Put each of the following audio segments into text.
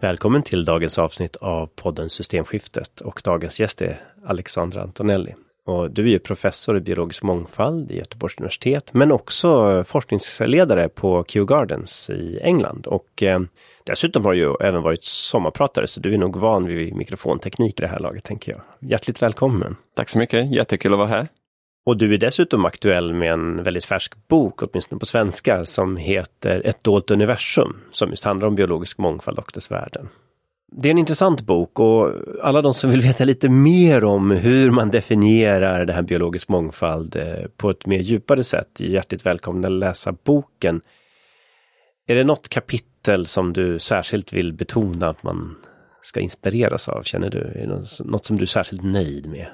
Välkommen till dagens avsnitt av podden Systemskiftet, och dagens gäst är Alexandra Antonelli. Och du är ju professor i biologisk mångfald i Göteborgs universitet, men också forskningsledare på Kew Gardens i England. Och dessutom har du ju även varit sommarpratare, så du är nog van vid mikrofonteknik i det här laget, tänker jag. Hjärtligt välkommen. Tack så mycket, jättekul att vara här. Och du är dessutom aktuell med en väldigt färsk bok, åtminstone på svenska, som heter Ett dolt universum, som just handlar om biologisk mångfald och dess värden. Det är en intressant bok, och alla de som vill veta lite mer om hur man definierar det här biologisk mångfald på ett mer djupare sätt är hjärtligt välkomna att läsa boken. Är det något kapitel som du särskilt vill betona att man ska inspireras av, känner du? Är det något som du är särskilt nöjd med?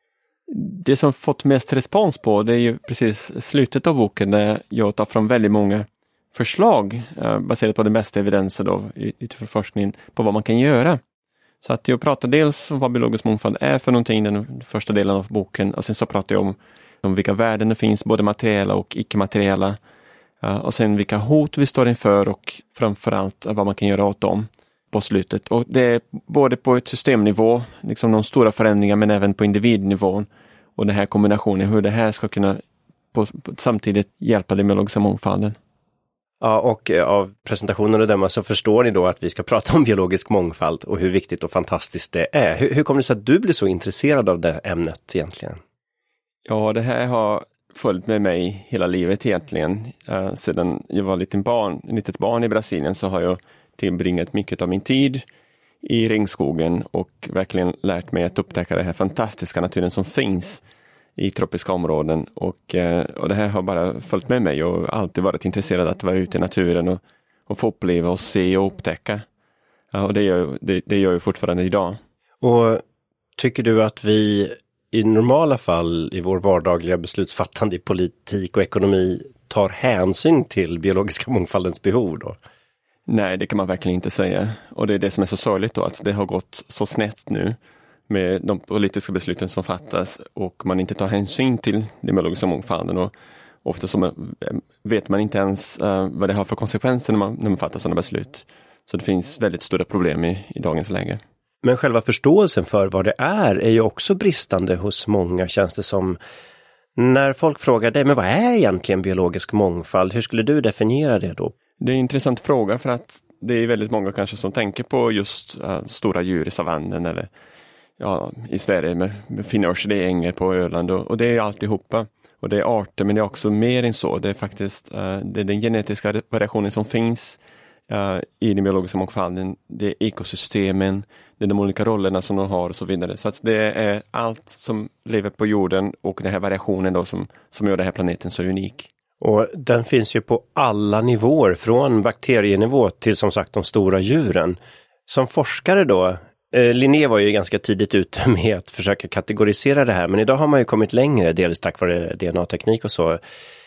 Det som fått mest respons på, det är ju precis slutet av boken, där jag tar fram väldigt många förslag baserat på den bästa evidensen då, utifrån forskningen på vad man kan göra. Så att jag pratar dels om vad biologisk mångfald är för någonting, den första delen av boken, och sen så pratar jag om vilka värden det finns, både materiella och icke-materiella, och sen vilka hot vi står inför och framförallt vad man kan göra åt dem på slutet. Och det är både på ett systemnivå, liksom de stora förändringar, men även på individnivån, och den här kombinationen, hur det här ska kunna samtidigt hjälpa den biologiska mångfalden. Ja, och av presentationen och dämma så förstår ni då att vi ska prata om biologisk mångfald och hur viktigt och fantastiskt det är. Hur kommer det sig att du blir så intresserad av det ämnet egentligen? Ja, det här har följt med mig hela livet egentligen. Sedan jag var litet barn i Brasilien så har jag tillbringat mycket av min tid i regnskogen och verkligen lärt mig att upptäcka den här fantastiska naturen som finns i tropiska områden, och det här har bara följt med mig och alltid varit intresserad att vara ute i naturen och få uppleva och se och upptäcka. Och det gör jag fortfarande idag. Och tycker du att vi i normala fall i vår vardagliga beslutsfattande i politik och ekonomi tar hänsyn till biologiska mångfaldens behov då? Nej, det kan man verkligen inte säga. Och det är det som är så sorgligt då, att det har gått så snett nu med de politiska besluten som fattas, och man inte tar hänsyn till den biologiska mångfalden, och ofta så vet man inte ens vad det har för konsekvenser när man fattar sådana beslut. Så det finns väldigt stora problem i dagens läge. Men själva förståelsen för vad det är ju också bristande hos många, känns det som. När folk frågar dig, men vad är egentligen biologisk mångfald? Hur skulle du definiera det då? Det är en intressant fråga, för att det är väldigt många kanske som tänker på just stora djur i savannen, eller i Sverige med finörselängar på Öland, och det är alltihopa. Och det är arter, men det är också mer än så. Det är faktiskt det är den genetiska variationen som finns i den biologiska mångfalden. Det är ekosystemen, det är de olika rollerna som de har och så vidare. Så att det är allt som lever på jorden, och den här variationen då som gör den här planeten så unik. Och den finns ju på alla nivåer, från bakterienivå till som sagt de stora djuren. Som forskare då, Linné var ju ganska tidigt ute med att försöka kategorisera det här, men idag har man ju kommit längre, dels tack vare DNA-teknik och så.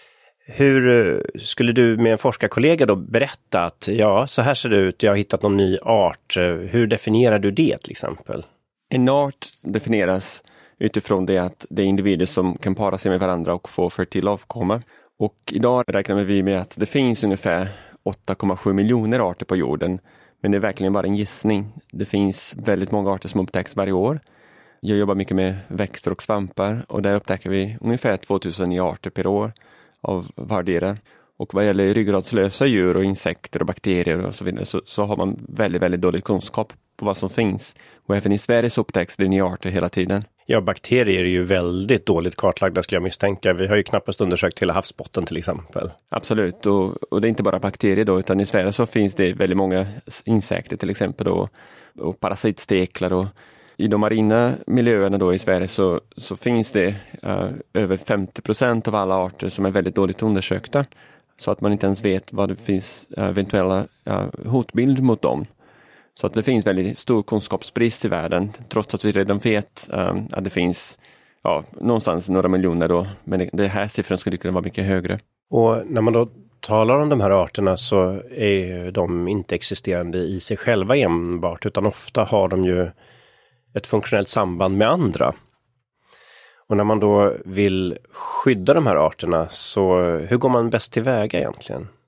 Hur skulle du med en forskarkollega då berätta att så här ser det ut, jag har hittat någon ny art. Hur definierar du det till exempel? En art definieras utifrån det att det är individer som kan para sig med varandra och få fertil avkomma. Och idag räknar vi med att det finns ungefär 8,7 miljoner arter på jorden. Men det är verkligen bara en gissning. Det finns väldigt många arter som upptäcks varje år. Jag jobbar mycket med växter och svampar, och där upptäcker vi ungefär 2000 nya arter per år av vardera. Och vad gäller ryggradslösa djur och insekter och bakterier och så vidare, så har man väldigt, väldigt dålig kunskap på vad som finns. Och även i Sverige så upptäcks det nya arter hela tiden. Ja, bakterier är ju väldigt dåligt kartlagda, skulle jag misstänka. Vi har ju knappast undersökt hela havsbotten till exempel. Absolut, och det är inte bara bakterier då, utan i Sverige så finns det väldigt många insekter till exempel då, och parasitsteklar, och i de marina miljöerna då i Sverige så finns det över 50% av alla arter som är väldigt dåligt undersökta, så att man inte ens vet vad det finns eventuella hotbild mot dem. Så att det finns väldigt stor kunskapsbrist i världen, trots att vi redan vet att det finns någonstans några miljoner då, men det här siffran skulle kunna vara mycket högre. Och när man då talar om de här arterna så är de inte existerande i sig själva enbart, utan ofta har de ju ett funktionellt samband med andra. Och när man då vill skydda de här arterna, så hur går man bäst tillväga egentligen?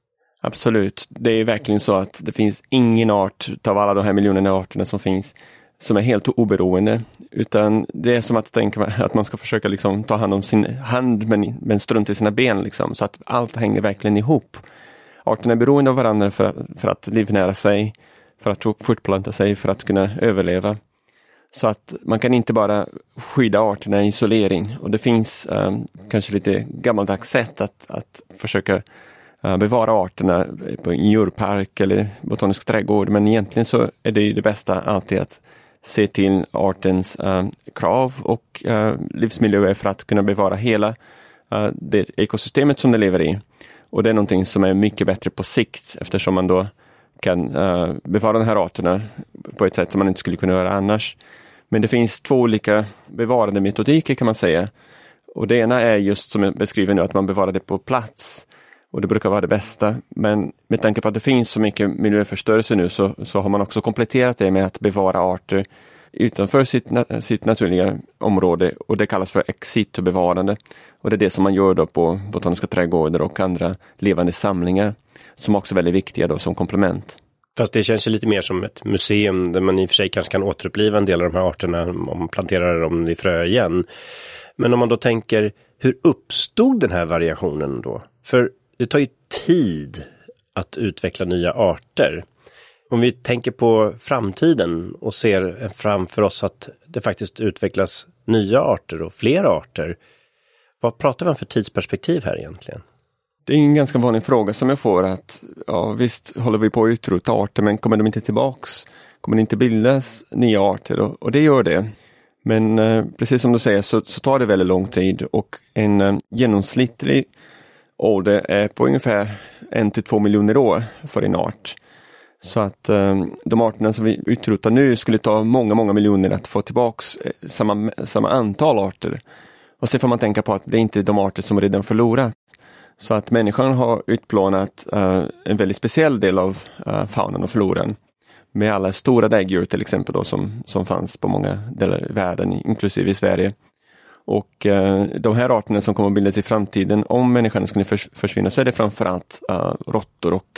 Absolut. Det är verkligen så att det finns ingen art av alla de här miljonerna arterna som finns som är helt oberoende. Utan det är som att tänka att man ska försöka liksom ta hand om sin hand men strunt i sina ben. Liksom, så att allt hänger verkligen ihop. Arterna är beroende av varandra för att livnära sig, för att fortplanta sig, för att kunna överleva. Så att man kan inte bara skydda arterna i isolering. Och det finns kanske lite gammaldags sätt att försöka bevara arterna på en djurpark eller botanisk trädgård. Men egentligen så är det ju det bästa alltid att se till artens krav och livsmiljöer för att kunna bevara hela det ekosystemet som det lever i. Och det är någonting som är mycket bättre på sikt eftersom man då kan bevara de här arterna på ett sätt som man inte skulle kunna göra annars. Men det finns två olika bevarande metodiker kan man säga. Och det ena är just som jag beskriver nu att man bevarar det på plats. Och det brukar vara det bästa. Men med tanke på att det finns så mycket miljöförstörelse nu så har man också kompletterat det med att bevara arter utanför sitt naturliga område. Och det kallas för ex situ-bevarande. Och det är det som man gör då på botaniska trädgårdar och andra levande samlingar. Som också är väldigt viktiga då som komplement. Fast det känns ju lite mer som ett museum där man i och för sig kanske kan återuppliva en del av de här arterna om man planterar dem i frö igen. Men om man då tänker, hur uppstod den här variationen då? För det tar ju tid att utveckla nya arter. Om vi tänker på framtiden och ser framför oss att det faktiskt utvecklas nya arter och fler arter. Vad pratar man för tidsperspektiv här egentligen? Det är en ganska vanlig fråga som jag får att visst håller vi på att utrota arter men kommer de inte tillbaks? Kommer det inte bildas nya arter? Och det gör det. Men precis som du säger så tar det väldigt lång tid och en genomsnittlig ålder är på ungefär 1-2 miljoner år för en art. Så att de arterna som vi utrotar nu skulle ta många miljoner att få tillbaks samma antal arter. Och så får man tänka på att det är inte de arter som redan förlorat. Så att människan har utplånat en väldigt speciell del av faunan och floran. Med alla stora däggdjur till exempel då, som fanns på många delar i världen, inklusive i Sverige. Och de här arterna som kommer att bildas i framtiden, om människan skulle försvinna så är det framförallt råttor och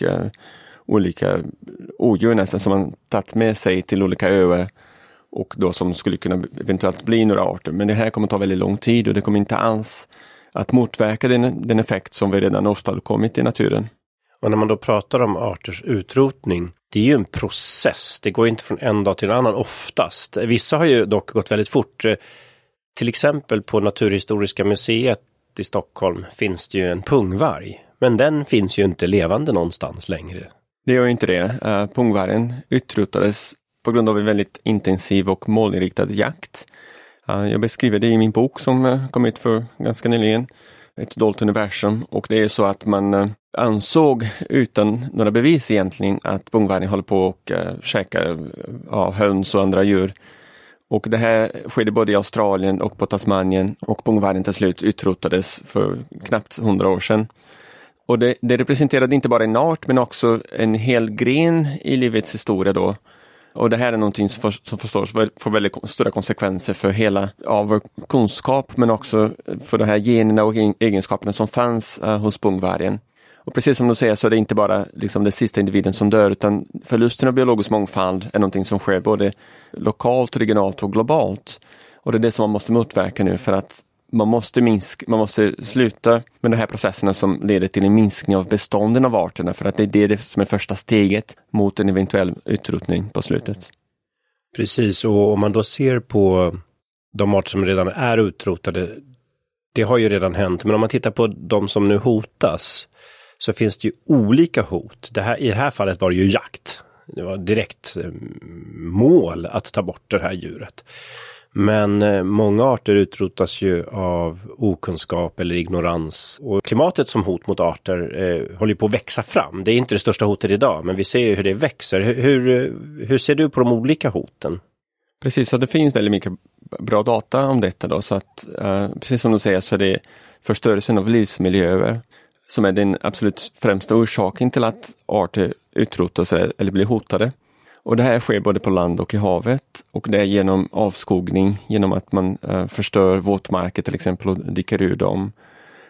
olika odjur nästan som man tagit med sig till olika öar. Och då som skulle kunna eventuellt bli några arter. Men det här kommer att ta väldigt lång tid och det kommer inte alls att motverka den effekt som vi redan åstadkommit i naturen. Och när man då pratar om arters utrotning, det är ju en process. Det går inte från en dag till en annan oftast. Vissa har ju dock gått väldigt fort. Till exempel på Naturhistoriska museet i Stockholm finns det ju en pungvarg. Men den finns ju inte levande någonstans längre. Det gör inte det. Pungvargen utrotades på grund av en väldigt intensiv och målinriktad jakt. Jag beskriver det i min bok som kom ut för ganska nyligen. Ett dolt universum. Och det är så att man ansåg utan några bevis egentligen att pungvargen håller på och käkar höns och andra djur. Och det här skedde både i Australien och på Tasmanien. Och pungvargen till slut utrotades för knappt 100 år sedan. Och det representerade inte bara en art men också en hel gren i livets historia då. Och det här är någonting som förstås får väldigt stora konsekvenser för hela vår kunskap men också för de här generna och egenskaperna som fanns hos pungvargen. Och precis som du säger så är det inte bara liksom den sista individen som dör utan förlusten av biologisk mångfald är någonting som sker både lokalt, regionalt och globalt. Och det är det som man måste motverka nu för att man måste sluta med de här processerna som leder till en minskning av bestånden av arterna för att det är det som är första steget mot en eventuell utrotning på slutet. Precis, och om man då ser på de arter som redan är utrotade, det har ju redan hänt, men om man tittar på de som nu hotas så finns det ju olika hot. I det här fallet var det ju jakt. Det var direkt mål att ta bort det här djuret. Men många arter utrotas ju av okunskap eller ignorans. Och klimatet som hot mot arter håller på att växa fram. Det är inte det största hotet idag, men vi ser ju hur det växer. Hur ser du på de olika hoten? Precis, så det finns väldigt mycket bra data om detta då. Så att, precis som du säger så är det förstörelsen av livsmiljöer som är den absolut främsta orsaken till att arter utrotas eller blir hotade. Och det här sker både på land och i havet och det är genom avskogning, genom att man förstör våtmarker till exempel och diker ur dem.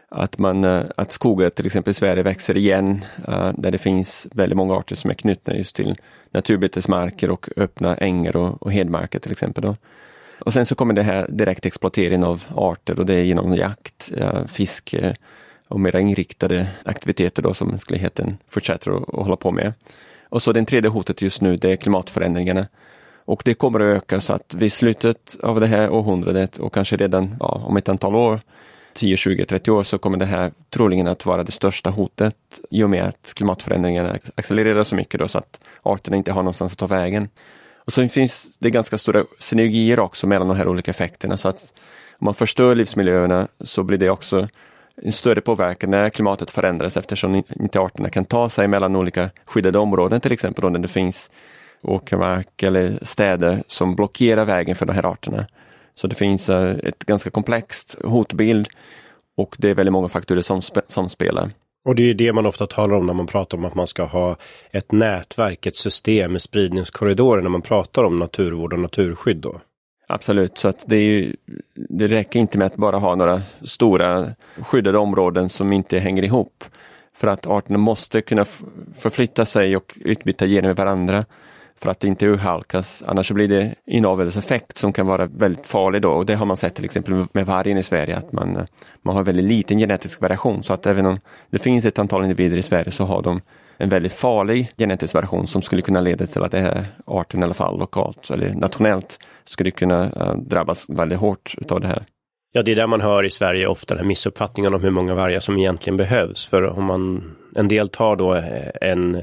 att skogar till exempel i Sverige växer igen, där det finns väldigt många arter som är knutna just till naturbetesmarker och öppna ängar och hedmarker till exempel då. Och sen så kommer det här direkt exploatering av arter, och det är genom jakt, fiske och mer inriktade aktiviteter då som mänskligheten fortsätter att hålla på med. Och så den tredje hotet just nu, det är klimatförändringarna. Och det kommer att öka, så att vid slutet av det här århundradet och kanske redan om ett antal år, 10, 20, 30 år, så kommer det här troligen att vara det största hotet i och med att klimatförändringarna accelererar så mycket då, så att arterna inte har någonstans att ta vägen. Och så finns det ganska stora synergier också mellan de här olika effekterna, så att om man förstör livsmiljöerna så blir det också en större påverkan när klimatet förändras, eftersom inte arterna kan ta sig mellan olika skyddade områden, till exempel då, där det finns åkermark eller städer som blockerar vägen för de här arterna. Så det finns ett ganska komplext hotbild, och det är väldigt många faktorer som spelar. Och det är ju det man ofta talar om när man pratar om att man ska ha ett nätverk, ett system med spridningskorridorer när man pratar om naturvård och naturskydd då. Absolut, så att det räcker inte med att bara ha några stora skyddade områden som inte hänger ihop. För att arterna måste kunna förflytta sig och utbyta gener med varandra för att det inte urhalkas. Annars blir det inavelseffekt som kan vara väldigt farlig då. Och det har man sett till exempel med vargen i Sverige, att man har väldigt liten genetisk variation. Så att även om det finns ett antal individer i Sverige så har de en väldigt farlig genetisk variation som skulle kunna leda till att det här arten i alla fall lokalt eller nationellt skulle kunna drabbas väldigt hårt utav det här. Ja, det är där man hör i Sverige ofta den här missuppfattningen om hur många vargar som egentligen behövs. För om en del tar då en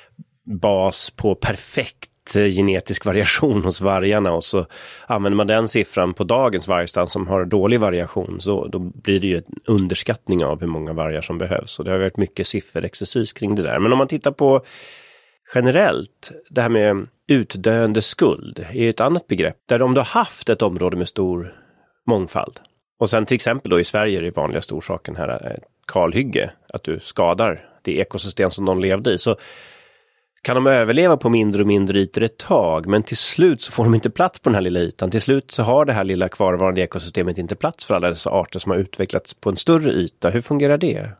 bas på perfekt genetisk variation hos vargarna och så använder man den siffran på dagens vargstam som har dålig variation, så då blir det ju en underskattning av hur många vargar som behövs, och det har varit mycket sifferexercis kring det där. Men om man tittar på generellt, det här med utdöende skuld är ett annat begrepp, där om du har haft ett område med stor mångfald och sen till exempel då i Sverige är det vanligaste orsaken här kalhygge, att du skadar det ekosystem som de levde i, så kan de överleva på mindre och mindre ytor ett tag, men till slut så får de inte plats på den här lilla ytan. Till slut så har det här lilla kvarvarande ekosystemet inte plats för alla dessa arter som har utvecklats på en större yta. Hur fungerar det?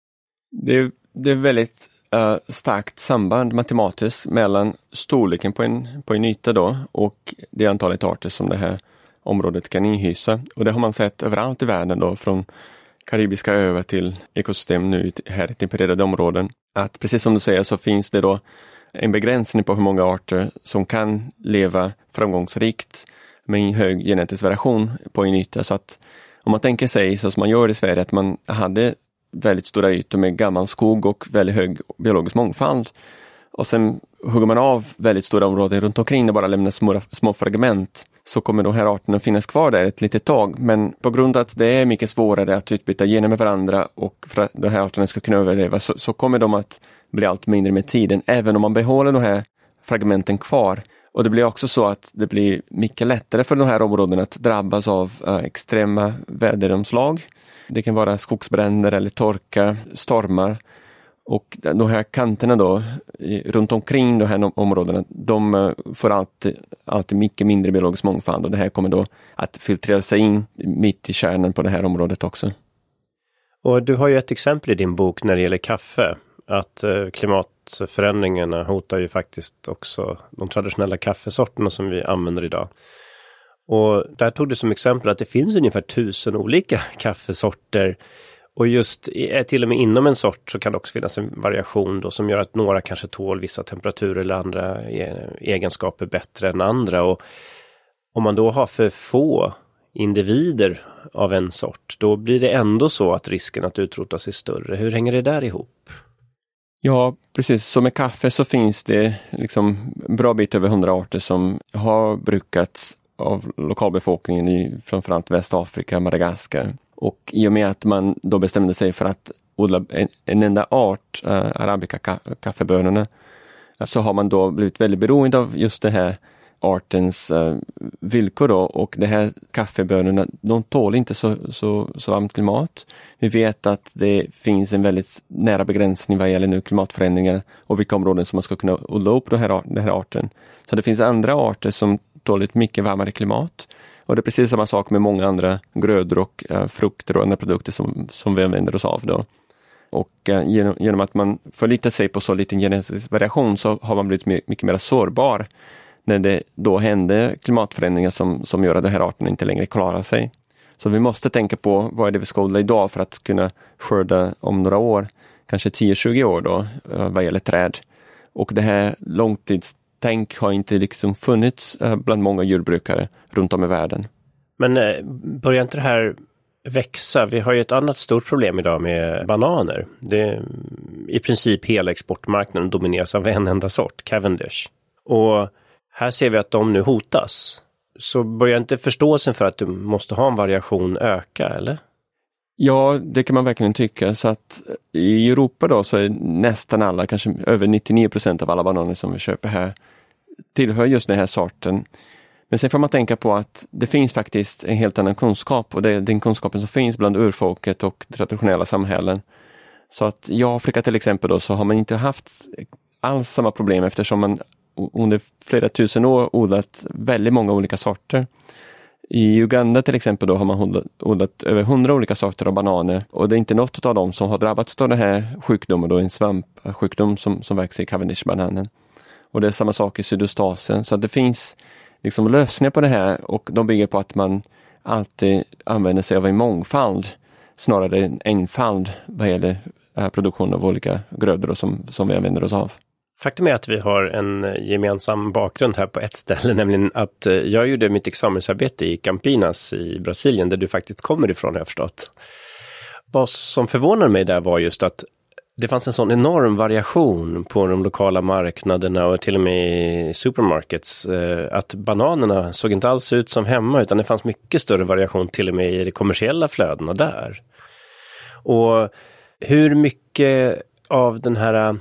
Det är väldigt starkt samband matematiskt mellan storleken på en yta då och det antalet arter som det här området kan inhysa. Och det har man sett överallt i världen då, från karibiska öar till ekosystem nu här i tempererade områden. Att precis som du säger så finns det då en begränsning på hur många arter som kan leva framgångsrikt med en hög genetisk variation på en yta. Så att om man tänker sig så som man gör i Sverige, att man hade väldigt stora ytor med gammal skog och väldigt hög biologisk mångfald, och sen hugger man av väldigt stora områden runt omkring och bara lämnar små fragment, så kommer de här arterna finnas kvar där ett litet tag. Men på grund av att det är mycket svårare att utbyta gener med varandra och för att de här arterna ska kunna överleva, så kommer de att bli allt mindre med tiden, även om man behåller de här fragmenten kvar. Och det blir också så att det blir mycket lättare för de här områdena att drabbas av extrema väderomslag. Det kan vara skogsbränder eller torka, stormar. Och de här kanterna då, runt omkring de här områdena, de får alltid mycket mindre biologisk mångfald, och det här kommer då att filtrera sig in mitt i kärnan på det här området också. Och du har ju ett exempel i din bok när det gäller kaffe, att klimatförändringarna hotar ju faktiskt också de traditionella kaffesorterna som vi använder idag. Och där tog du som exempel att det finns ungefär 1000 olika kaffesorter. Och just till och med inom en sort så kan det också finnas en variation då som gör att några kanske tål vissa temperaturer eller andra egenskaper bättre än andra. Och om man då har för få individer av en sort, då blir det ändå så att risken att utrotas är större. Hur hänger det där ihop? Ja, precis. Så med kaffe så finns det liksom en bra bit över 100 arter som har brukats av lokalbefolkningen i framförallt Västafrika, Madagaskar. Och i och med att man då bestämde sig för att odla en enda art, arabica kaffebönorna, så har man då blivit väldigt beroende av just det här artens villkor då. Och det här kaffebönorna, de tål inte så varmt klimat. Vi vet att det finns en väldigt nära begränsning vad gäller nu klimatförändringar och vilka områden som man ska kunna odla upp den här arten. Så det finns andra arter som tål ett mycket varmare klimat. Och det är precis samma sak med många andra grödor och frukter och andra produkter som vi använder oss av då. Och genom att man förlitar sig på så liten genetisk variation så har man blivit mycket mer sårbar när det då händer klimatförändringar som gör att den här arten inte längre klarar sig. Så vi måste tänka på vad är det vi ska odla idag för att kunna skörda om några år, kanske 10-20 år då, vad gäller träd. Och det här långtidstänk har inte liksom funnits bland många jordbrukare runt om i världen. Men börjar inte det här växa? Vi har ju ett annat stort problem idag med bananer. I princip hela exportmarknaden domineras av en enda sort, Cavendish. Och här ser vi att de nu hotas. Så börjar inte förståelsen för att du måste ha en variation öka, eller? Ja, det kan man verkligen tycka. Så att i Europa då så är nästan alla, kanske över 99% av alla bananer som vi köper här tillhör just den här sorten. Men sen får man tänka på att det finns faktiskt en helt annan kunskap och det är den kunskapen som finns bland urfolket och traditionella samhällen. Så att i Afrika till exempel då så har man inte haft alls samma problem eftersom man under flera tusen år odlat väldigt många olika sorter. I Uganda till exempel då har man odlat över 100 olika sorter av bananer och det är inte något av dem som har drabbats av den här sjukdomen då, en svampsjukdom som växer i Cavendish-bananen. Och det är samma sak i Sydostasien, så att det finns liksom lösningar på det här och de bygger på att man alltid använder sig av en mångfald snarare än enfald vad gäller produktion av olika grödor som vi använder oss av. Faktum är att vi har en gemensam bakgrund här på ett ställe, nämligen att jag gjorde mitt examensarbete i Campinas i Brasilien, där du faktiskt kommer ifrån, har jag förstått. Vad som förvånade mig där var just att det fanns en sån enorm variation på de lokala marknaderna och till och med i supermarkets. Att bananerna såg inte alls ut som hemma utan det fanns mycket större variation till och med i de kommersiella flödena där. Och hur mycket av den här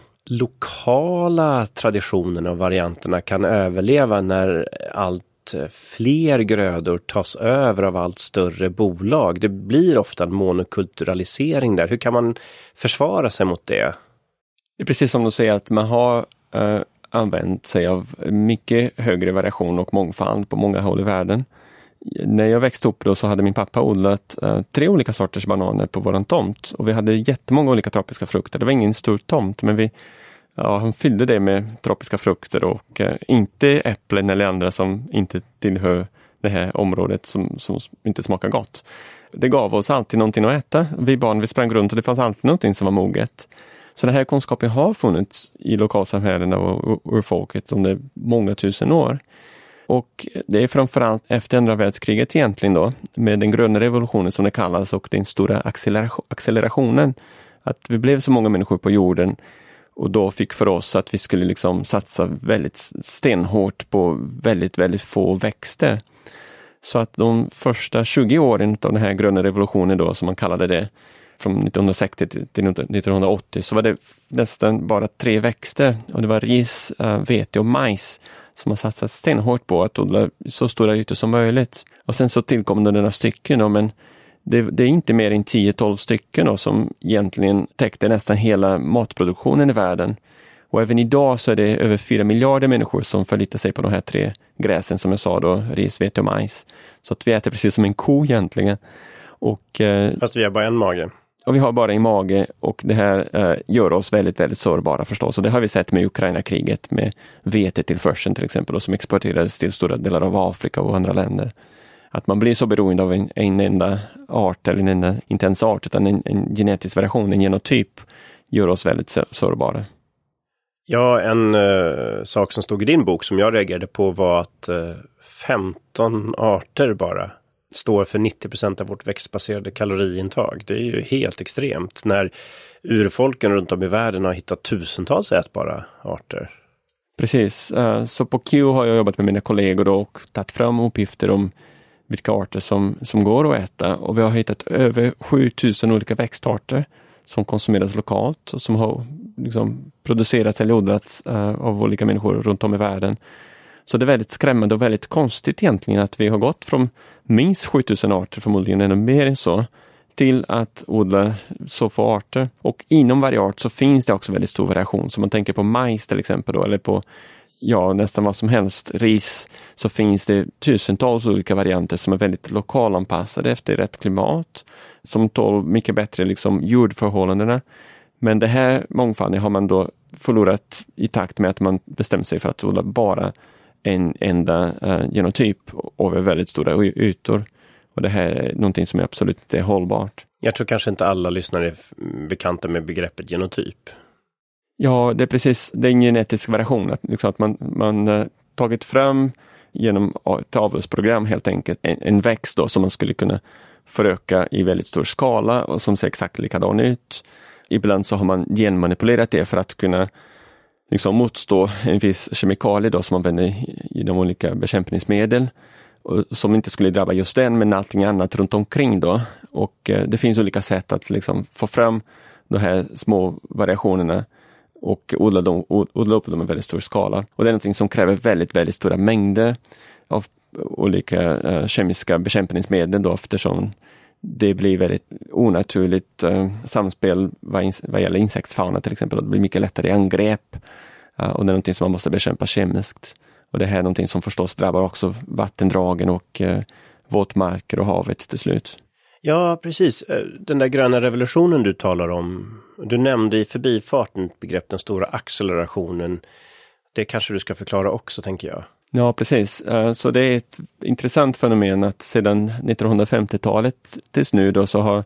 lokala traditionerna och varianterna kan överleva när allt fler grödor tas över av allt större bolag? Det blir ofta en monokulturalisering där. Hur kan man försvara sig mot det? Det är precis som du säger att man har använt sig av mycket högre variation och mångfald på många håll i världen. När jag växte upp då så hade min pappa odlat 3 olika sorters bananer på våran tomt. Och vi hade jättemånga olika tropiska frukter. Det var ingen stor tomt men han fyllde det med tropiska frukter och inte äpplen eller andra som inte tillhör det här området som inte smakar gott. Det gav oss alltid någonting att äta. Vi barn sprang runt och det fanns alltid någonting som var moget. Så den här kunskapen har funnits i lokalsamhällena och urfolket under många tusen år. Och det är framförallt efter andra världskriget egentligen då, med den gröna revolutionen som det kallas och den stora accelerationen, att vi blev så många människor på jorden och då fick för oss att vi skulle liksom satsa väldigt stenhårt på väldigt, väldigt få växter. Så att de första 20 åren av den här gröna revolutionen då, som man kallade det, från 1960 till 1980 så var det nästan bara 3 växter och det var ris, vete och majs som har satsat stenhårt på att odla så stora ytor som möjligt. Och sen så tillkom det några stycken då, men det är inte mer än 10-12 stycken då, som egentligen täckte nästan hela matproduktionen i världen. Och även idag så är det över 4 miljarder människor som förlitar sig på de här 3 gräsen som jag sa då, ris, vete och majs. Så att vi äter precis som en ko egentligen. Fast vi har bara en mage. Och vi har bara en mage och det här gör oss väldigt, väldigt sårbara förstås. Och det har vi sett med Ukraina-kriget med vetetillförseln till exempel och som exporterades till stora delar av Afrika och andra länder. Att man blir så beroende av en enda art eller inte ens art utan en genetisk variation, en genotyp gör oss väldigt sårbara. Ja, en sak som stod i din bok som jag reagerade på var att 15 arter bara står för 90% av vårt växtbaserade kaloriintag. Det är ju helt extremt när urfolken runt om i världen har hittat tusentals ätbara arter. Precis, så på Q har jag jobbat med mina kollegor då och tagit fram uppgifter om vilka arter som går att äta och vi har hittat över 7000 olika växtarter som konsumeras lokalt och som har liksom producerats eller odlats av olika människor runt om i världen. Så det är väldigt skrämmande och väldigt konstigt egentligen att vi har gått från minst 7000 arter, förmodligen ännu mer än så, till att odla så få arter. Och inom varje art så finns det också väldigt stor variation. Så man tänker på majs till exempel då, eller på nästan vad som helst. Ris, så finns det tusentals olika varianter som är väldigt lokalanpassade efter rätt klimat, som tål mycket bättre liksom jordförhållandena. Men det här mångfalden har man då förlorat i takt med att man bestämmer sig för att odla bara en enda genotyp över väldigt stora ytor. Och det här är någonting som är absolut inte hållbart. Jag tror kanske inte alla lyssnare är bekanta med begreppet genotyp. Ja, det är precis, det är en genetisk variation. Att man tagit fram genom ett avelsprogram helt enkelt en växt då som man skulle kunna föröka i väldigt stor skala och som ser exakt likadan ut. Ibland så har man genmanipulerat det för att kunna liksom motstå en viss kemikalie då som man använder i de olika bekämpningsmedel. Och som inte skulle drabba just den men allting annat runt omkring då. Och det finns olika sätt att liksom få fram de här små variationerna och odla upp dem i väldigt stor skala. Och det är något som kräver väldigt, väldigt stora mängder av olika kemiska bekämpningsmedel då, eftersom det blir väldigt onaturligt samspel vad gäller insektsfauna till exempel. Och det blir mycket lättare i angrepp och det är något som man måste bekämpa kemiskt. Och det här är något som förstås drabbar också vattendragen och våtmarker och havet till slut. Ja, precis. Den där gröna revolutionen du talar om, du nämnde i förbifarten ett begrepp, den stora accelerationen. Det kanske du ska förklara också, tänker jag. Ja, precis. Så det är ett intressant fenomen att sedan 1950-talet tills nu då så har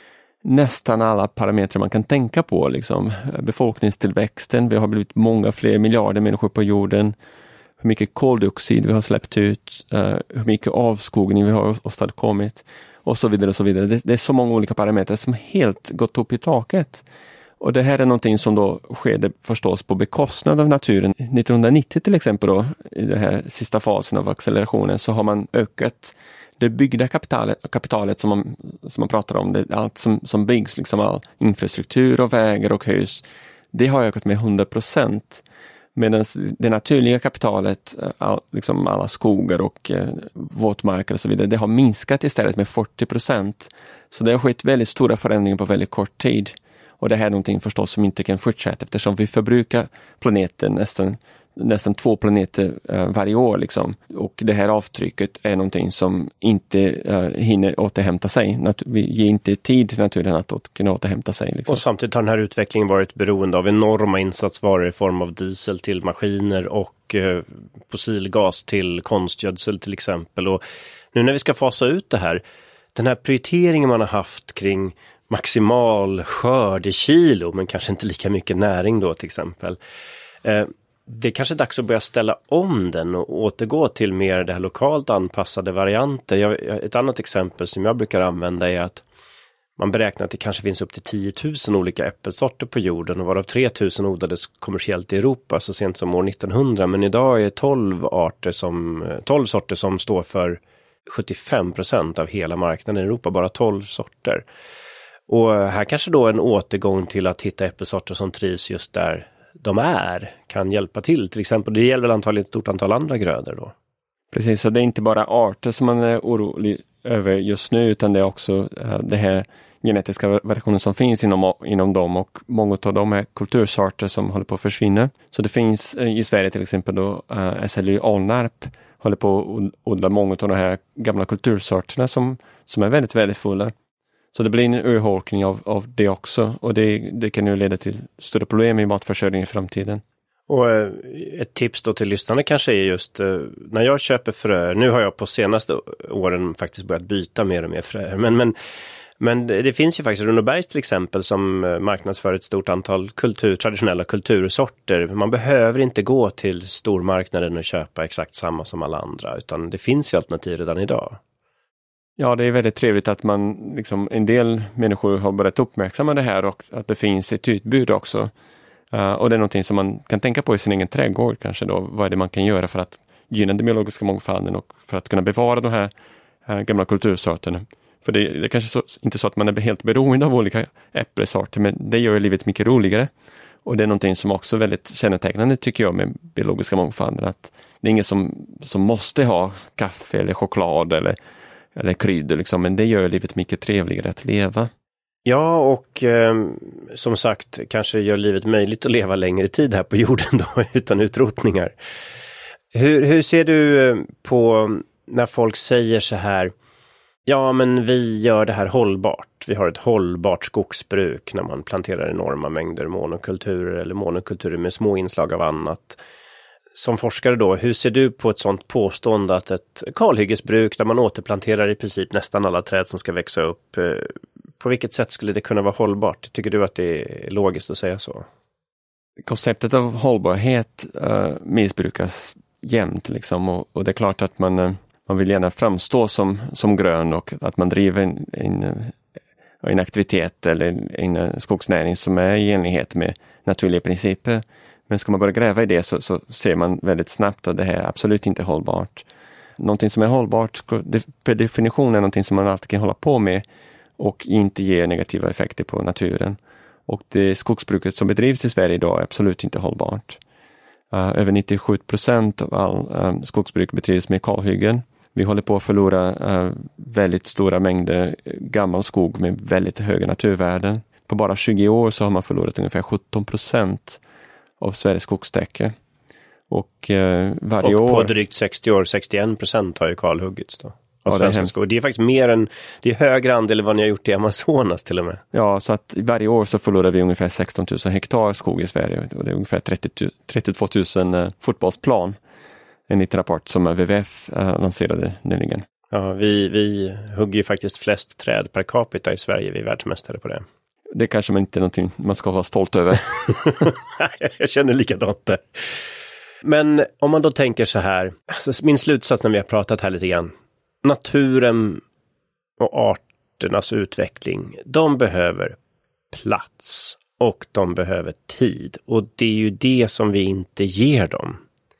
nästan alla parametrar man kan tänka på, liksom befolkningstillväxten, vi har blivit många fler miljarder människor på jorden, hur mycket koldioxid vi har släppt ut, hur mycket avskogning vi har åstadkommit och så vidare och så vidare. Det är så många olika parametrar som helt gått upp i taket. Och det här är någonting som då skedde förstås på bekostnad av naturen. 1990 till exempel då, i den här sista fasen av accelerationen, så har man ökat det byggda kapitalet som man pratar om. Det, allt som byggs, liksom all infrastruktur och vägar och hus, det har ökat med 100%. Medan det naturliga kapitalet, liksom alla skogar och våtmarker och så vidare, det har minskat istället med 40%. Så det har skett väldigt stora förändringar på väldigt kort tid. Och det här är någonting förstås som inte kan fortsätta eftersom vi förbrukar planeten nästan 2 planeter varje år. Liksom. Och det här avtrycket är någonting som inte hinner återhämta sig. Vi ger inte tid till naturen att kunna återhämta sig. Liksom. Och samtidigt har den här utvecklingen varit beroende av enorma insatsvaror i form av diesel till maskiner och fossilgas till konstgödsel till exempel. Och nu när vi ska fasa ut det här, den här prioriteringen man har haft kring maximal skörd i kilo, men kanske inte lika mycket näring då till exempel. Det är kanske dags att börja ställa om den och återgå till mer det här lokalt anpassade varianter. Ett annat exempel som jag brukar använda är att man beräknar att det kanske finns upp till 10 000 olika äppelsorter på jorden och varav 3 000 odlades kommersiellt i Europa så sent som år 1900. Men idag är 12 sorter som står för 75% av hela marknaden i Europa, bara 12 sorter. Och här kanske då en återgång till att hitta äppelsorter som trivs just där de kan hjälpa till exempel. Det gäller väl antagligen ett stort antal andra grödor då. Precis, så det är inte bara arter som man är orolig över just nu utan det är också det här genetiska variationen som finns inom dem och många av dem är kultursorter som håller på att försvinna. Så det finns i Sverige till exempel då SLU Alnarp håller på att odla många av de här gamla kultursorterna som är väldigt värdefulla. Så det blir en urholkning av det också och det kan ju leda till större problem i matförsörjningen i framtiden. Och ett tips då till lyssnarna kanske är just när jag köper fröer, nu har jag på senaste åren faktiskt börjat byta mer och mer fröer, men det finns ju faktiskt Runebergs till exempel som marknadsför ett stort antal traditionella kultursorter. Man behöver inte gå till stormarknaden och köpa exakt samma som alla andra utan det finns ju alternativ redan idag. Ja, det är väldigt trevligt att man en del människor har börjat uppmärksamma det här och att det finns ett utbud också. Och det är någonting som man kan tänka på i sin egen trädgård kanske då. Vad är det man kan göra för att gynna den biologiska mångfalden och för att kunna bevara de här gamla kultursorterna. För det är kanske inte så att man är helt beroende av olika äppelsorter men det gör livet mycket roligare. Och det är någonting som också är väldigt kännetecknande tycker jag med biologiska mångfalden. Att det är ingen som måste ha kaffe eller choklad eller kryddor men det gör livet mycket trevligare att leva. Ja, och som sagt kanske gör livet möjligt att leva längre tid här på jorden då utan utrotningar. Hur ser du på när folk säger så här, ja men vi gör det här hållbart. Vi har ett hållbart skogsbruk när man planterar enorma mängder monokulturer eller monokulturer med små inslag av annat. Som forskare då, hur ser du på ett sådant påstående att ett kalhyggesbruk där man återplanterar i princip nästan alla träd som ska växa upp, på vilket sätt skulle det kunna vara hållbart? Tycker du att det är logiskt att säga så? Konceptet av hållbarhet missbrukas jämt liksom, och det är klart att man vill gärna framstå som grön och att man driver en aktivitet eller en skogsnäring som är i enlighet med naturliga principer. Men ska man börja gräva i det så ser man väldigt snabbt att det här är absolut inte hållbart. Någonting som är hållbart per definition är någonting som man alltid kan hålla på med och inte ger negativa effekter på naturen. Och det skogsbruket som bedrivs i Sverige idag är absolut inte hållbart. Över 97% av all skogsbruk bedrivs med kalhyggen. Vi håller på att förlora väldigt stora mängder gammal skog med väldigt höga naturvärden. På bara 20 år så har man förlorat ungefär 17% av Sveriges skogstäcke. Och varje år... på drygt 60 år, 61% har ju kalhuggits då. Ja, det är faktiskt mer än, det är högre andel än vad ni har gjort i Amazonas till och med. Ja, så att varje år så förlorar vi ungefär 16 000 hektar skog i Sverige. Och det är ungefär 32 000 fotbollsplan. Enligt rapport som WWF lanserade nyligen. Ja, vi hugger ju faktiskt flest träd per capita i Sverige. Vi är världsmästare på det. Det kanske man inte är någonting man ska vara stolt över. Jag känner likadant det. Men om man då tänker så här. Alltså min slutsats när vi har pratat här lite grann. Naturen och arternas utveckling. De behöver plats. Och de behöver tid. Och det är ju det som vi inte ger dem.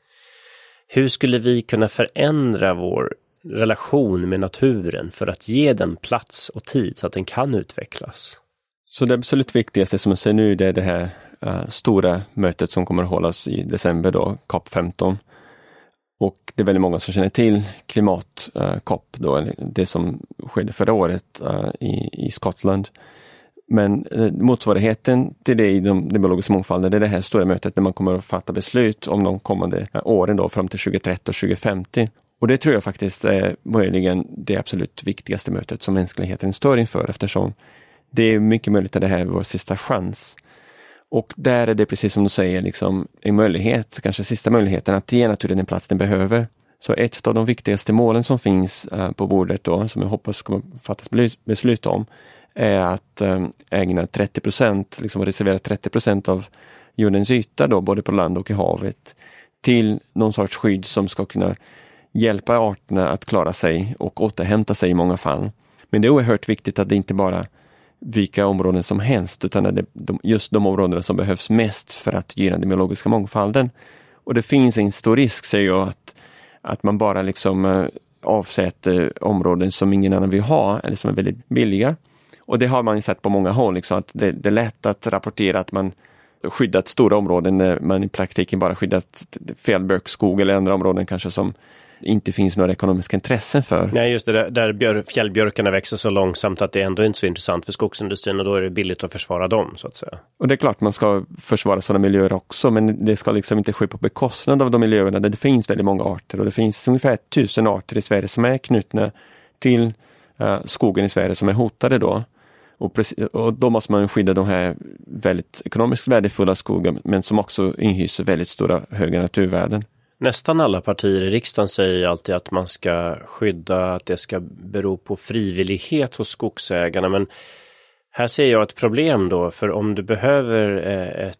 Hur skulle vi kunna förändra vår relation med naturen för att ge den plats och tid så att den kan utvecklas? Så det absolut viktigaste som jag ser nu, det är det här stora mötet som kommer att hållas i december då, COP15. Och det är väldigt många som känner till klimat-COP då, det som skedde förra året i Skottland. Men motsvarigheten till det i den biologiska mångfalden, det är det här stora mötet där man kommer att fatta beslut om de kommande åren då, fram till 2030 och 2050. Och det tror jag faktiskt är möjligen det absolut viktigaste mötet som mänskligheten står inför, eftersom det är mycket möjligt att det här är vår sista chans. Och där är det precis som du säger liksom en möjlighet, kanske sista möjligheten att ge naturen den plats den behöver. Så ett av de viktigaste målen som finns på bordet då, som jag hoppas kommer fattas beslut om, är att ägna 30%, liksom reservera 30% av jordens yta då, både på land och i havet, till någon sorts skydd som ska kunna hjälpa arterna att klara sig och återhämta sig i många fall. Men det är oerhört viktigt att det inte bara vilka områden som helst, utan att det just de områdena som behövs mest för att gynna den biologiska mångfalden. Och det finns en stor risk, säger jag, att man bara liksom avsätter områden som ingen annan vill ha eller som är väldigt billiga. Och det har man ju sett på många håll, liksom, att det är lätt att rapportera att man skyddat stora områden när man i praktiken bara skyddat fjällbjörkskog eller andra områden kanske som inte finns några ekonomiska intressen för. Nej, just det, där fjällbjörkarna växer så långsamt att det ändå inte är så intressant för skogsindustrin, och då är det billigt att försvara dem, så att säga. Och det är klart man ska försvara sådana miljöer också, men det ska liksom inte ske på bekostnad av de miljöerna där det finns väldigt många arter, och det finns ungefär 1000 arter i Sverige som är knutna till skogen i Sverige som är hotade då. Och då måste man skydda de här väldigt ekonomiskt värdefulla skogen, men som också inhyser väldigt stora höga naturvärden. Nästan alla partier i riksdagen säger alltid att man ska skydda, att det ska bero på frivillighet hos skogsägarna. Men här ser jag ett problem då, för om du behöver ett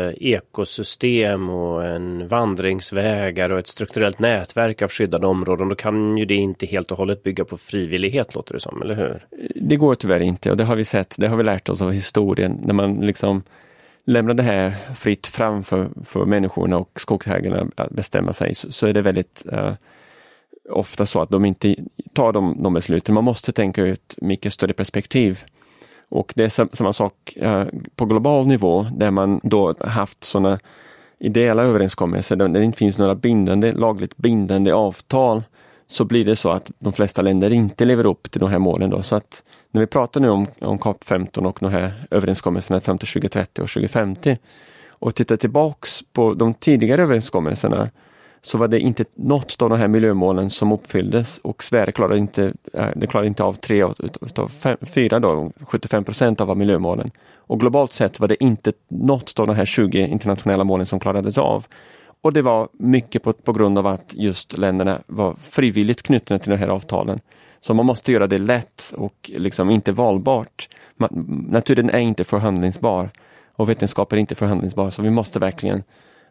ekosystem och en vandringsvägar och ett strukturellt nätverk av skyddade områden, då kan ju det inte helt och hållet bygga på frivillighet, låter det som, eller hur? Det går tyvärr inte, och det har vi sett, det har vi lärt oss av historien, när man liksom lämnar det här fritt fram för människorna och skogsägarna att bestämma sig, så är det väldigt ofta så att de inte tar de besluten. Man måste tänka ut mycket större perspektiv. Och det är samma sak på global nivå, där man då haft sådana ideella överenskommelser där det inte finns några lagligt bindande avtal så blir det så att de flesta länder inte lever upp till de här målen då. Så att när vi pratar nu om COP15 och de här överenskommelserna fram till 2030 och 2050 och tittar tillbaks på de tidigare överenskommelserna, så var det inte något av de här miljömålen som uppfylldes, och Sverige klarade inte av 3 utav 4 då, 75% av miljömålen. Och globalt sett var det inte något av de här 20 internationella målen som klarades av. Och det var mycket på grund av att just länderna var frivilligt knutna till de här avtalen. Så man måste göra det lätt och liksom inte valbart. Naturen är inte förhandlingsbar och vetenskap är inte förhandlingsbar, så vi måste verkligen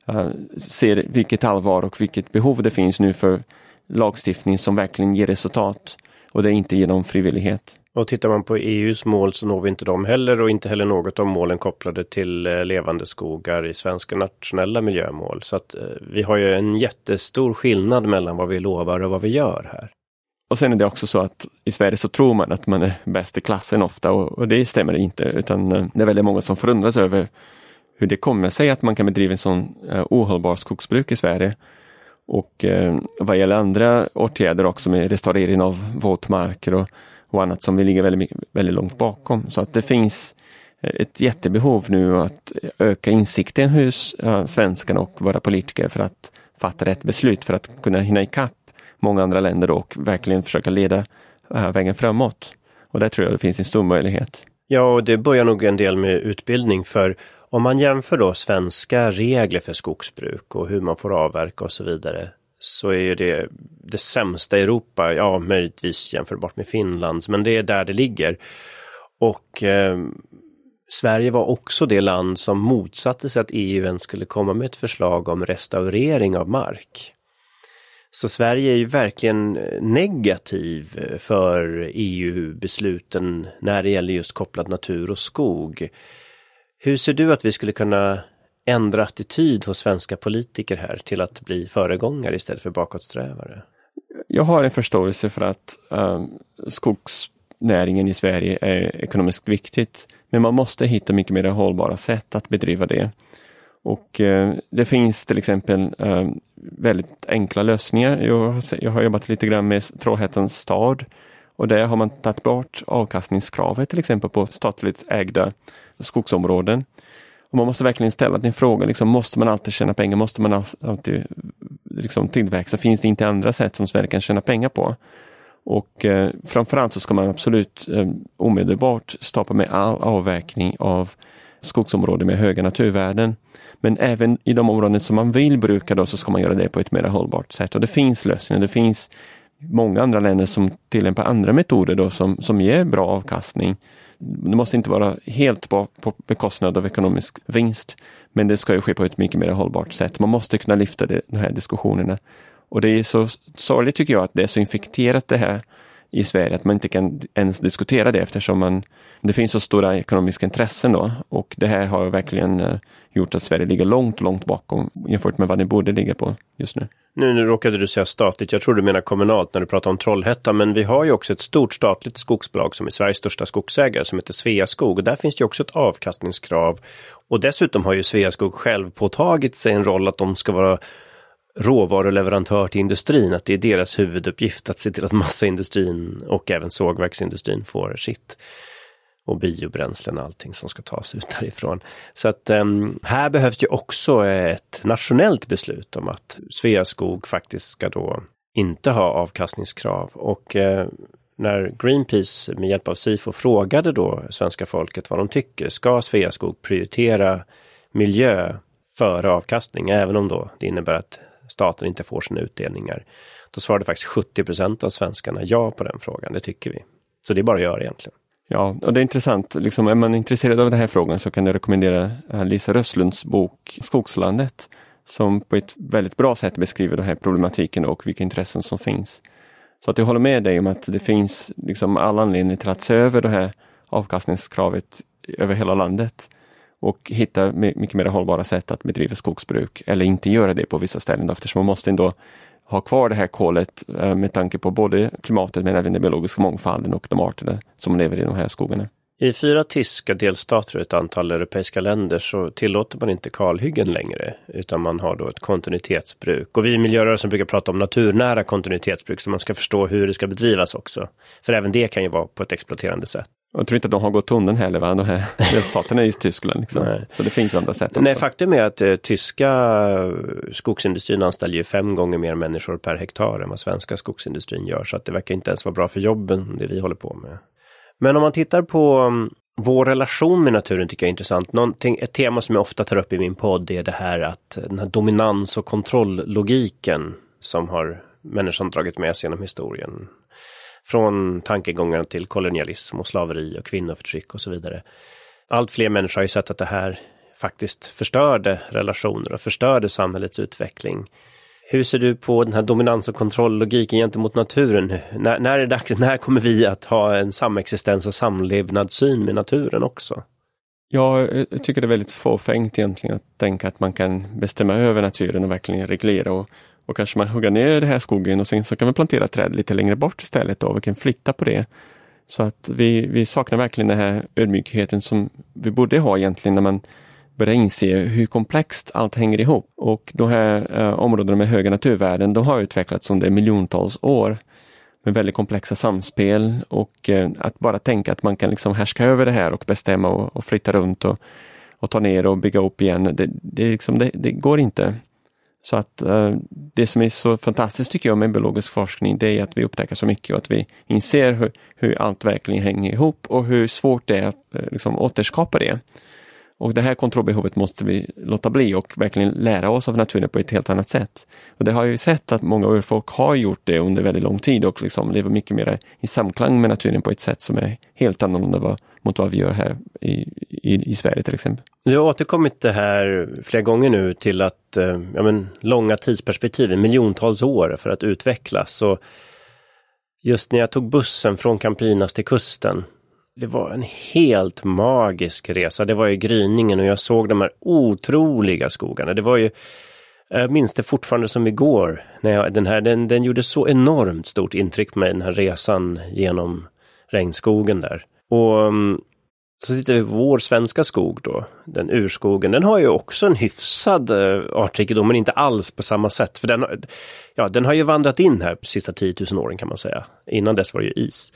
se vilket allvar och vilket behov det finns nu för lagstiftning som verkligen ger resultat, och det är inte genom frivillighet. Och tittar man på EUs mål så når vi inte dem heller, och inte heller något av målen kopplade till levande skogar i svenska nationella miljömål. Så att vi har ju en jättestor skillnad mellan vad vi lovar och vad vi gör här. Och sen är det också så att i Sverige så tror man att man är bäst i klassen ofta, och det stämmer inte, utan det är väldigt många som förundras över hur det kommer sig att man kan bedriva en sån ohållbar skogsbruk i Sverige. Och vad gäller andra åtgärder också med restaurering av våtmarker och annat som vi ligger väldigt långt bakom. Så att det finns ett jättebehov nu att öka insikten hos svenskarna och våra politiker för att fatta rätt beslut, för att kunna hinna ikapp många andra länder och verkligen försöka leda vägen framåt. Och där tror jag det finns en stor möjlighet. Ja, och det börjar nog en del med utbildning, för om man jämför då svenska regler för skogsbruk och hur man får avverka och så vidare, så är ju det sämsta i Europa, ja möjligtvis jämförbart med Finlands, men det är där det ligger. Och Sverige var också det land som motsatte sig att EU ens skulle komma med ett förslag om restaurering av mark. Så Sverige är ju verkligen negativ för EU-besluten när det gäller just kopplad natur och skog. Hur ser du att vi skulle kunna ändra attityd hos svenska politiker här till att bli föregångare istället för bakåtsträvare? Jag har en förståelse för att skogsnäringen i Sverige är ekonomiskt viktigt, men man måste hitta mycket mer hållbara sätt att bedriva det. Och det finns till exempel väldigt enkla lösningar. Jag har jobbat lite grann med Trollhättans stad, och där har man tagit bort avkastningskravet till exempel på statligt ägda skogsområden. Och man måste verkligen ställa den frågan, liksom, måste man alltid tjäna pengar? Måste man alltid liksom tillväxa? Finns det inte andra sätt som Sverige kan tjäna pengar på? Och framförallt så ska man absolut omedelbart stoppa med all avverkning av skogsområden med höga naturvärden. Men även i de områden som man vill bruka då, så ska man göra det på ett mer hållbart sätt. Och det finns lösningar. Det finns många andra länder som tillämpar andra metoder då, som ger bra avkastning. Det måste inte vara helt på bekostnad av ekonomisk vinst, men det ska ju ske på ett mycket mer hållbart sätt. Man måste kunna lyfta de här diskussionerna. Och det är så sorgligt tycker jag att det är så infekterat det här i Sverige, att man inte kan ens diskutera det, eftersom det finns så stora ekonomiska intressen då, och det här har verkligen gjort att Sverige ligger långt bakom jämfört med vad det borde ligga på just nu. Nu råkade du säga statligt, jag tror du menar kommunalt när du pratar om Trollhättan, men vi har ju också ett stort statligt skogsbolag som är Sveriges största skogsägare som heter Sveaskog, och där finns det ju också ett avkastningskrav, och dessutom har ju Sveaskog själv påtagit sig en roll att de ska vara råvaruleverantör till industrin, att det är deras huvuduppgift att se till att massaindustrin och även sågverksindustrin får sitt, och biobränslen och allting som ska tas ut därifrån. Så att här behövs ju också ett nationellt beslut om att Sveaskog faktiskt ska då inte ha avkastningskrav, och när Greenpeace med hjälp av SIFO frågade då svenska folket vad de tycker, ska Sveaskog prioritera miljö före avkastning, även om då det innebär att staten inte får sina utdelningar, då svarade faktiskt 70% av svenskarna ja på den frågan. Det tycker vi. Så det är bara att göra egentligen. Ja, och det är intressant. Liksom, är man intresserad av den här frågan så kan jag rekommendera Lisa Röstlunds bok Skogslandet, som på ett väldigt bra sätt beskriver den här problematiken och vilka intressen som finns. Så att jag håller med dig om att det finns liksom all anledning till att se över det här avkastningskravet över hela landet och hitta mycket mer hållbara sätt att bedriva skogsbruk, eller inte göra det på vissa ställen, eftersom man måste ändå ha kvar det här kolet med tanke på både klimatet men även den biologiska mångfalden och de arterna som lever i de här skogarna. I 4 tyska delstater och ett antal europeiska länder så tillåter man inte kalhyggen längre, utan man har då ett kontinuitetsbruk. Och vi i miljörörelsen brukar prata om naturnära kontinuitetsbruk, så man ska förstå hur det ska bedrivas också. För även det kan ju vara på ett exploaterande sätt. Jag tror inte att de har gått undan heller, va? De här delstaterna i Tyskland. Liksom. Så det finns ju andra sätt också. Nej, faktum är att tyska skogsindustrin anställer ju 5 gånger mer människor per hektar än vad svenska skogsindustrin gör. Så att det verkar inte ens vara bra för jobben, det vi håller på med. Men om man tittar på vår relation med naturen tycker jag är intressant. Ett tema som jag ofta tar upp i min podd är det här att den här dominans- och kontrolllogiken som har människan dragit med sig genom historien. Från tankegångarna till kolonialism och slaveri och kvinnoförtryck och så vidare. Allt fler människor har ju sett att det här faktiskt förstörde relationer och förstörde samhällets utveckling. Hur ser du på den här dominans- och kontrolllogiken gentemot naturen? När är det dags, när kommer vi att ha en samexistens och samlevnadssyn med naturen också? Ja, jag tycker det är väldigt fåfängt egentligen att tänka att man kan bestämma över naturen och verkligen reglera och kanske man hugger ner det här skogen och sen så kan vi plantera träd lite längre bort istället och vi kan flytta på det. Så att vi saknar verkligen den här ödmjukheten som vi borde ha egentligen när man börja inse hur komplext allt hänger ihop. Och de här områdena med höga naturvärden, de har utvecklats under miljontals år med väldigt komplexa samspel och att bara tänka att man kan liksom härska över det här och bestämma och flytta runt och ta ner och bygga upp igen. Det går inte. Så att det som är så fantastiskt tycker jag med biologisk forskning, det är att vi upptäcker så mycket och att vi inser hur allt verkligen hänger ihop och hur svårt det är att liksom återskapa det. Och det här kontrollbehovet måste vi låta bli och verkligen lära oss av naturen på ett helt annat sätt. Och det har ju sett att många urfolk har gjort det under väldigt lång tid och liksom lever mycket mer i samklang med naturen på ett sätt som är helt annorlunda mot vad vi gör här i Sverige till exempel. Du har återkommit det här flera gånger nu till att långa tidsperspektiv, miljontals år för att utvecklas. Och just när jag tog bussen från Campinas till kusten, det var en helt magisk resa. Det var ju gryningen och jag såg de här otroliga skogarna. Det var ju, jag minns det fortfarande som igår. När den gjorde så enormt stort intryck med den här resan genom regnskogen där. Och så tittar vi på vår svenska skog då, den urskogen. Den har ju också en hyfsad artrikedom, men inte alls på samma sätt. För den har ju vandrat in här på sista 10 000 åren kan man säga. Innan dess var det ju is.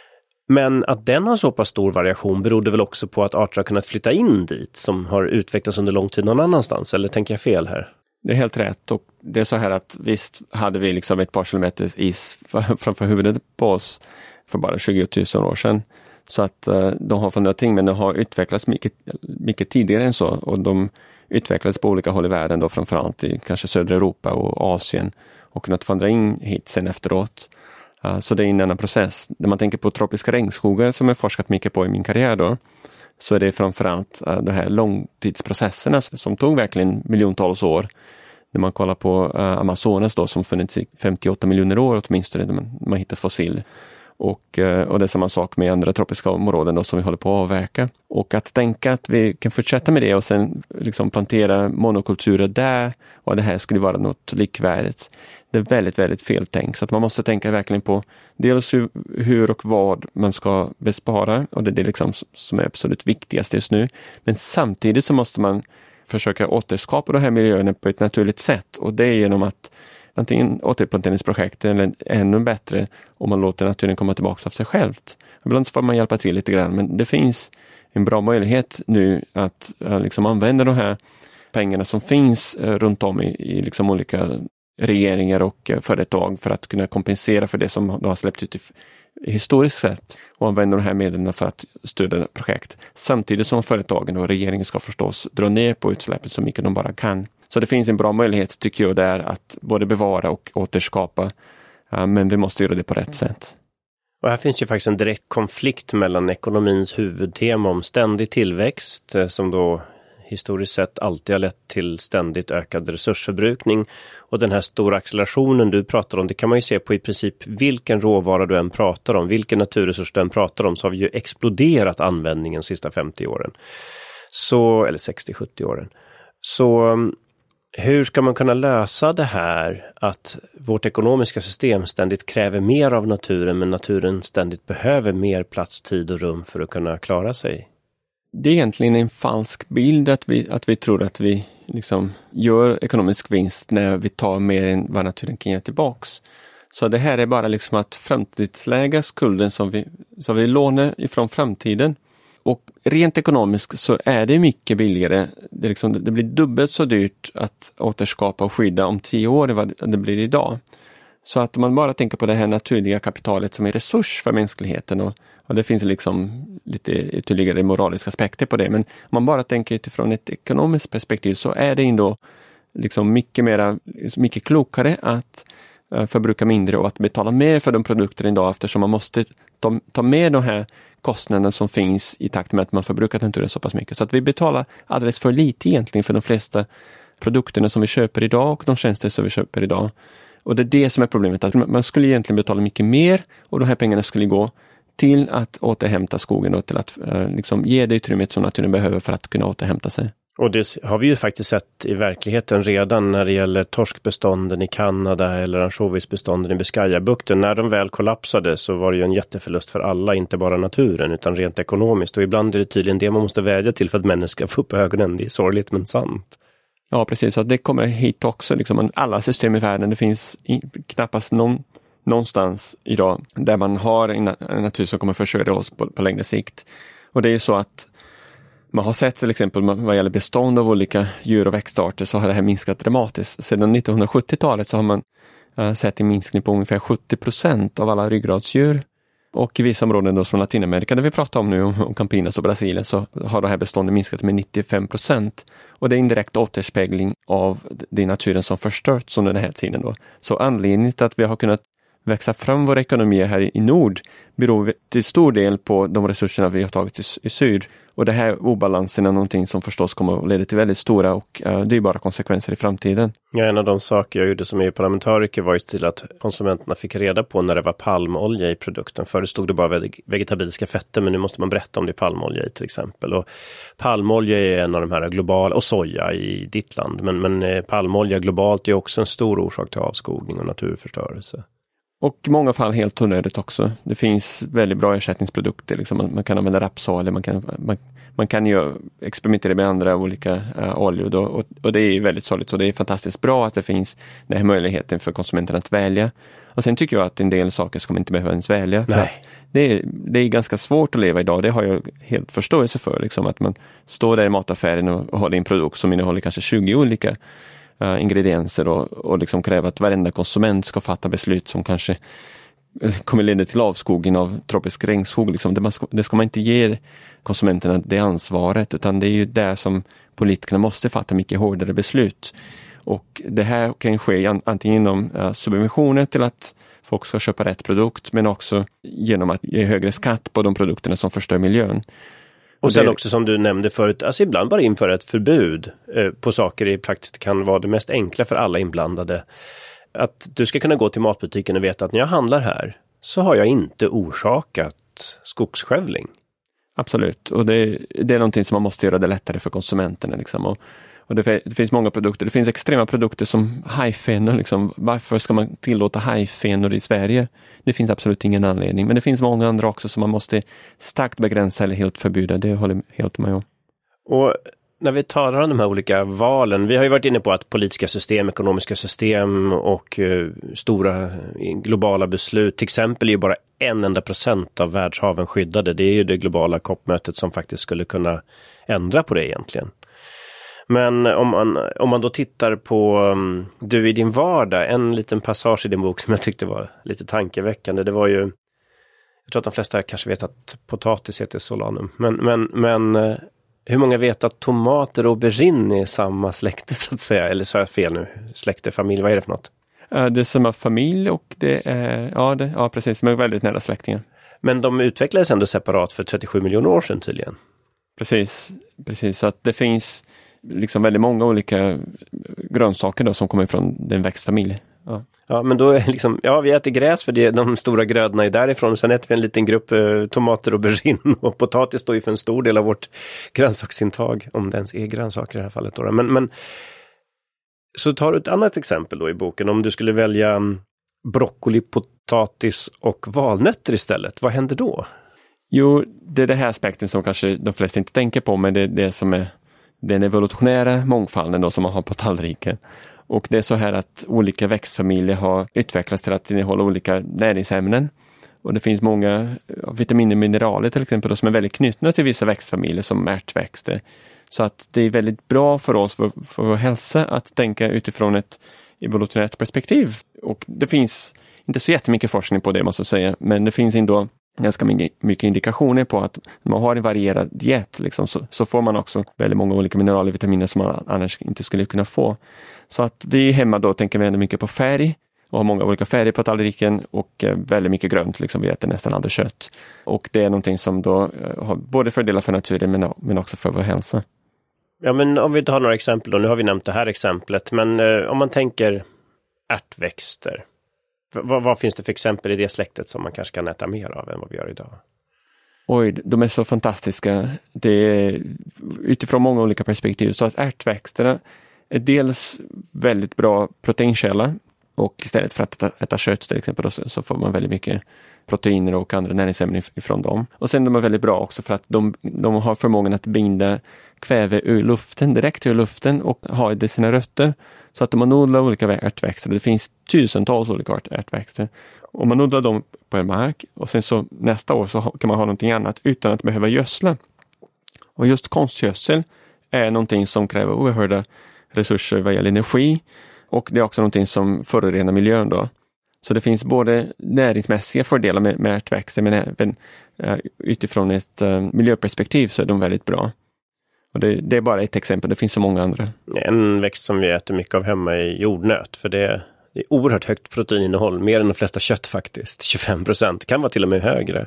Men att den har så pass stor variation berodde väl också på att arter har kunnat flytta in dit som har utvecklats under lång tid någon annanstans, eller tänker jag fel här? Det är helt rätt och det är så här att visst hade vi liksom ett par kilometers is framför huvudet på oss för bara 20 000 år sedan. Så att de har förändrat ting men de har utvecklats mycket tidigare än så och de utvecklades på olika håll i världen då framförallt i kanske södra Europa och Asien och kunnat vandra in hit sen efteråt. Så det är en annan process. När man tänker på tropiska regnskogar som jag forskat mycket på i min karriär då, så är det framförallt de här långtidsprocesserna som tog verkligen miljontals år. När man kollar på Amazonas då som funnits i 58 miljoner år åtminstone när man hittar fossil. Och det är samma sak med andra tropiska områden då som vi håller på att avverka. Och att tänka att vi kan fortsätta med det och sen liksom plantera monokulturer där och det här skulle vara något likvärdigt. Det är väldigt, väldigt fel tänk. Så att man måste tänka verkligen på dels hur och vad man ska bespara. Och det är det liksom som är absolut viktigast just nu. Men samtidigt så måste man försöka återskapa de här miljöerna på ett naturligt sätt. Och det är genom att antingen återplanteringsprojekt eller ännu bättre om man låter naturen komma tillbaka av sig självt. Ibland så får man hjälpa till lite grann. Men det finns en bra möjlighet nu att liksom använda de här pengarna som finns runt om i liksom olika regeringar och företag för att kunna kompensera för det som de har släppt ut historiskt sett och använda de här medlen för att stödja projekt. Samtidigt som företagen och regeringen ska förstås dra ner på utsläppet så mycket de bara kan. Så det finns en bra möjlighet tycker jag där att både bevara och återskapa. Men vi måste göra det på rätt sätt. Och här finns ju faktiskt en direkt konflikt mellan ekonomins huvudtema om ständig tillväxt som då historiskt sett alltid har lett till ständigt ökad resursförbrukning. Och den här stora accelerationen du pratar om, det kan man ju se på i princip vilken råvara du än pratar om, vilken naturresurs du än pratar om, så har vi ju exploderat användningen de sista 50 åren. Eller 60-70 åren. Så Hur ska man kunna lösa det här att vårt ekonomiska system ständigt kräver mer av naturen, men naturen ständigt behöver mer plats, tid och rum för att kunna klara sig? Det är egentligen en falsk bild att vi tror att vi liksom gör ekonomisk vinst när vi tar mer än vad naturen kan ge tillbaks. Så det här är bara liksom att framtidslägga skulden som vi lånar ifrån framtiden. Och rent ekonomiskt så är det mycket billigare. Det blir dubbelt så dyrt att återskapa och skydda om 10 år än vad det blir idag. Så att man bara tänker på det här naturliga kapitalet som är resurs för mänskligheten, och det finns liksom lite ytterligare moraliska aspekter på det. Men om man bara tänker utifrån ett ekonomiskt perspektiv så är det ändå liksom mycket klokare att förbruka mindre och att betala mer för de produkter idag, eftersom man måste ta med de här kostnaderna som finns i takt med att man förbrukar naturen så pass mycket. Så att vi betalar alldeles för lite egentligen för de flesta produkterna som vi köper idag och de tjänster som vi köper idag. Och det är det som är problemet, att man skulle egentligen betala mycket mer och de här pengarna skulle gå till att återhämta skogen och till att liksom ge det utrymmet som naturen behöver för att kunna återhämta sig. Och det har vi ju faktiskt sett i verkligheten redan när det gäller torskbestånden i Kanada eller ansjovisbestånden i Biscayabukten. När de väl kollapsade så var det ju en jätteförlust för alla, inte bara naturen utan rent ekonomiskt. Och ibland är det tydligen det man måste vädja till för att människor ska få upp ögonen. Det är sorgligt men sant. Ja, precis. Så det kommer hit också. Liksom, alla system i världen, det finns knappast någonstans idag där man har en natur som kommer försörja oss på längre sikt. Och det är ju så att man har sett till exempel vad gäller bestånd av olika djur- och växtarter så har det här minskat dramatiskt. Sedan 1970-talet så har man sett en minskning på ungefär 70% av alla ryggradsdjur. Och i vissa områden då som Latinamerika där vi pratar om nu, om Campinas och Brasilien, så har det här beståndet minskat med 95%. Och det är en direkt återspegling av den naturen som förstörts under den här tiden då. Så anledningen till att vi har kunnat växa fram våra ekonomier här i nord beror till stor del på de resurserna vi har tagit i syd. Och det här obalansen är någonting som förstås kommer att leda till väldigt stora och dyrbara konsekvenser i framtiden. Ja, en av de saker jag gjorde som EU-parlamentariker var ju till att konsumenterna fick reda på när det var palmolja i produkten. Förr stod det bara vegetabiliska fetter, men nu måste man berätta om det är palmolja i till exempel. Och palmolja är en av de här globala, och soja i ditt land. Men palmolja globalt är också en stor orsak till avskogning och naturförstörelse. Och i många fall helt onödigt också. Det finns väldigt bra ersättningsprodukter. Liksom man kan använda rapsolja, man kan ju experimentera med andra olika oljor då, och det är väldigt sorgligt. Så det är fantastiskt bra att det finns den här möjligheten för konsumenterna att välja. Och sen tycker jag att en del saker ska man inte behöva ens välja. För att det är ganska svårt att leva idag. Det har jag helt förståelse för. Liksom, att man står där i mataffären och har en produkt som innehåller kanske 20 olika ingredienser och liksom kräva att varenda konsument ska fatta beslut som kanske kommer leda till avskogning av tropisk regnskog. Liksom. Det ska man inte ge konsumenterna det ansvaret, utan det är ju där som politikerna måste fatta mycket hårdare beslut. Och det här kan ske antingen genom subventioner till att folk ska köpa rätt produkt, men också genom att ge högre skatt på de produkterna som förstör miljön. Och sen också som du nämnde förut, alltså ibland bara införa ett förbud på saker det faktiskt kan vara det mest enkla för alla inblandade. Att du ska kunna gå till matbutiken och veta att när jag handlar här så har jag inte orsakat skogsskövling. Absolut, och det är någonting som man måste göra det lättare för konsumenterna. Liksom. Och det finns många produkter, det finns extrema produkter som hajfenor. Liksom. Varför ska man tillåta hajfenor i Sverige? Det finns absolut ingen anledning, men det finns många andra också som man måste starkt begränsa eller helt förbjuda. Det håller jag helt med om. Och när vi talar om de här olika valen, vi har ju varit inne på att politiska system, ekonomiska system och stora globala beslut, till exempel är ju bara 1% av världshaven skyddade. Det är ju det globala COP-mötet som faktiskt skulle kunna ändra på det egentligen. Men om man då tittar på du i din vardag, en liten passage i din bok som jag tyckte var lite tankeväckande, det var ju, jag tror att de flesta kanske vet att potatis heter solanum, men hur många vet att tomater och aubergine är samma släkte så att säga, eller så är jag fel nu, släkte, familj, vad är det för något? Det är samma familj och det är, precis, som är väldigt nära släktingar. Men de utvecklades ändå separat för 37 miljoner år sedan tydligen. Precis, så att det finns liksom väldigt många olika grönsaker då som kommer från den växtfamilj. Ja, men då är liksom, vi äter gräs för de stora grödorna är därifrån. Sen äter vi en liten grupp tomater och aubergine, och potatis står ju för en stor del av vårt grönsaksintag, om det ens är grönsaker i det här fallet då. Men Så tar du ett annat exempel då i boken. Om du skulle välja broccoli, potatis och valnötter istället, vad händer då? Jo, det är det här aspekten som kanske de flesta inte tänker på, men det är det som är den evolutionära mångfalden då som man har på tallriken. Och det är så här att olika växtfamiljer har utvecklats till att innehålla olika näringsämnen. Och det finns många vitaminer och mineraler till exempel då, som är väldigt knutna till vissa växtfamiljer som ärtväxter. Så att det är väldigt bra för oss, för vår hälsa, att tänka utifrån ett evolutionärt perspektiv. Och det finns inte så jättemycket forskning på det, måste jag säga, men det finns ändå ganska mycket indikationer på att när man har en varierad diet liksom, så får man också väldigt många olika mineraler och vitaminer som man annars inte skulle kunna få. Så att vi hemma då tänker vi ändå mycket på färg och har många olika färger på tallriken och väldigt mycket grönt, liksom, vi äter nästan aldrig kött. Och det är någonting som då har både fördelar för naturen men också för vår hälsa. Ja, men om vi tar några exempel då, nu har vi nämnt det här exemplet, men om man tänker ärtväxter, vad finns det för exempel i det släktet som man kanske kan äta mer av än vad vi gör idag? Oj, de är så fantastiska. Det är utifrån många olika perspektiv. Så att ärtväxterna är dels väldigt bra proteinkälla, och istället för att äta kött till exempel så får man väldigt mycket proteiner och andra näringsämnen ifrån dem. Och sen de är väldigt bra också för att de har förmågan att binda kväve ur luften, direkt ur luften, och ha det i sina rötter. Så att om man odlar olika ärtväxter, det finns tusentals olika ärtväxter, om man odlar dem på en mark och sen så nästa år så kan man ha någonting annat utan att behöva gödsla. Och just konstgödsel är någonting som kräver oerhörda resurser vad gäller energi, och det är också någonting som förorenar miljön då. Så det finns både näringsmässiga fördelar med ärtväxter, men även utifrån ett miljöperspektiv så är de väldigt bra. Och det är bara ett exempel, det finns så många andra. En växt som vi äter mycket av hemma är jordnöt, för det är oerhört högt proteininnehåll, mer än de flesta kött faktiskt, 25%, kan vara till och med högre.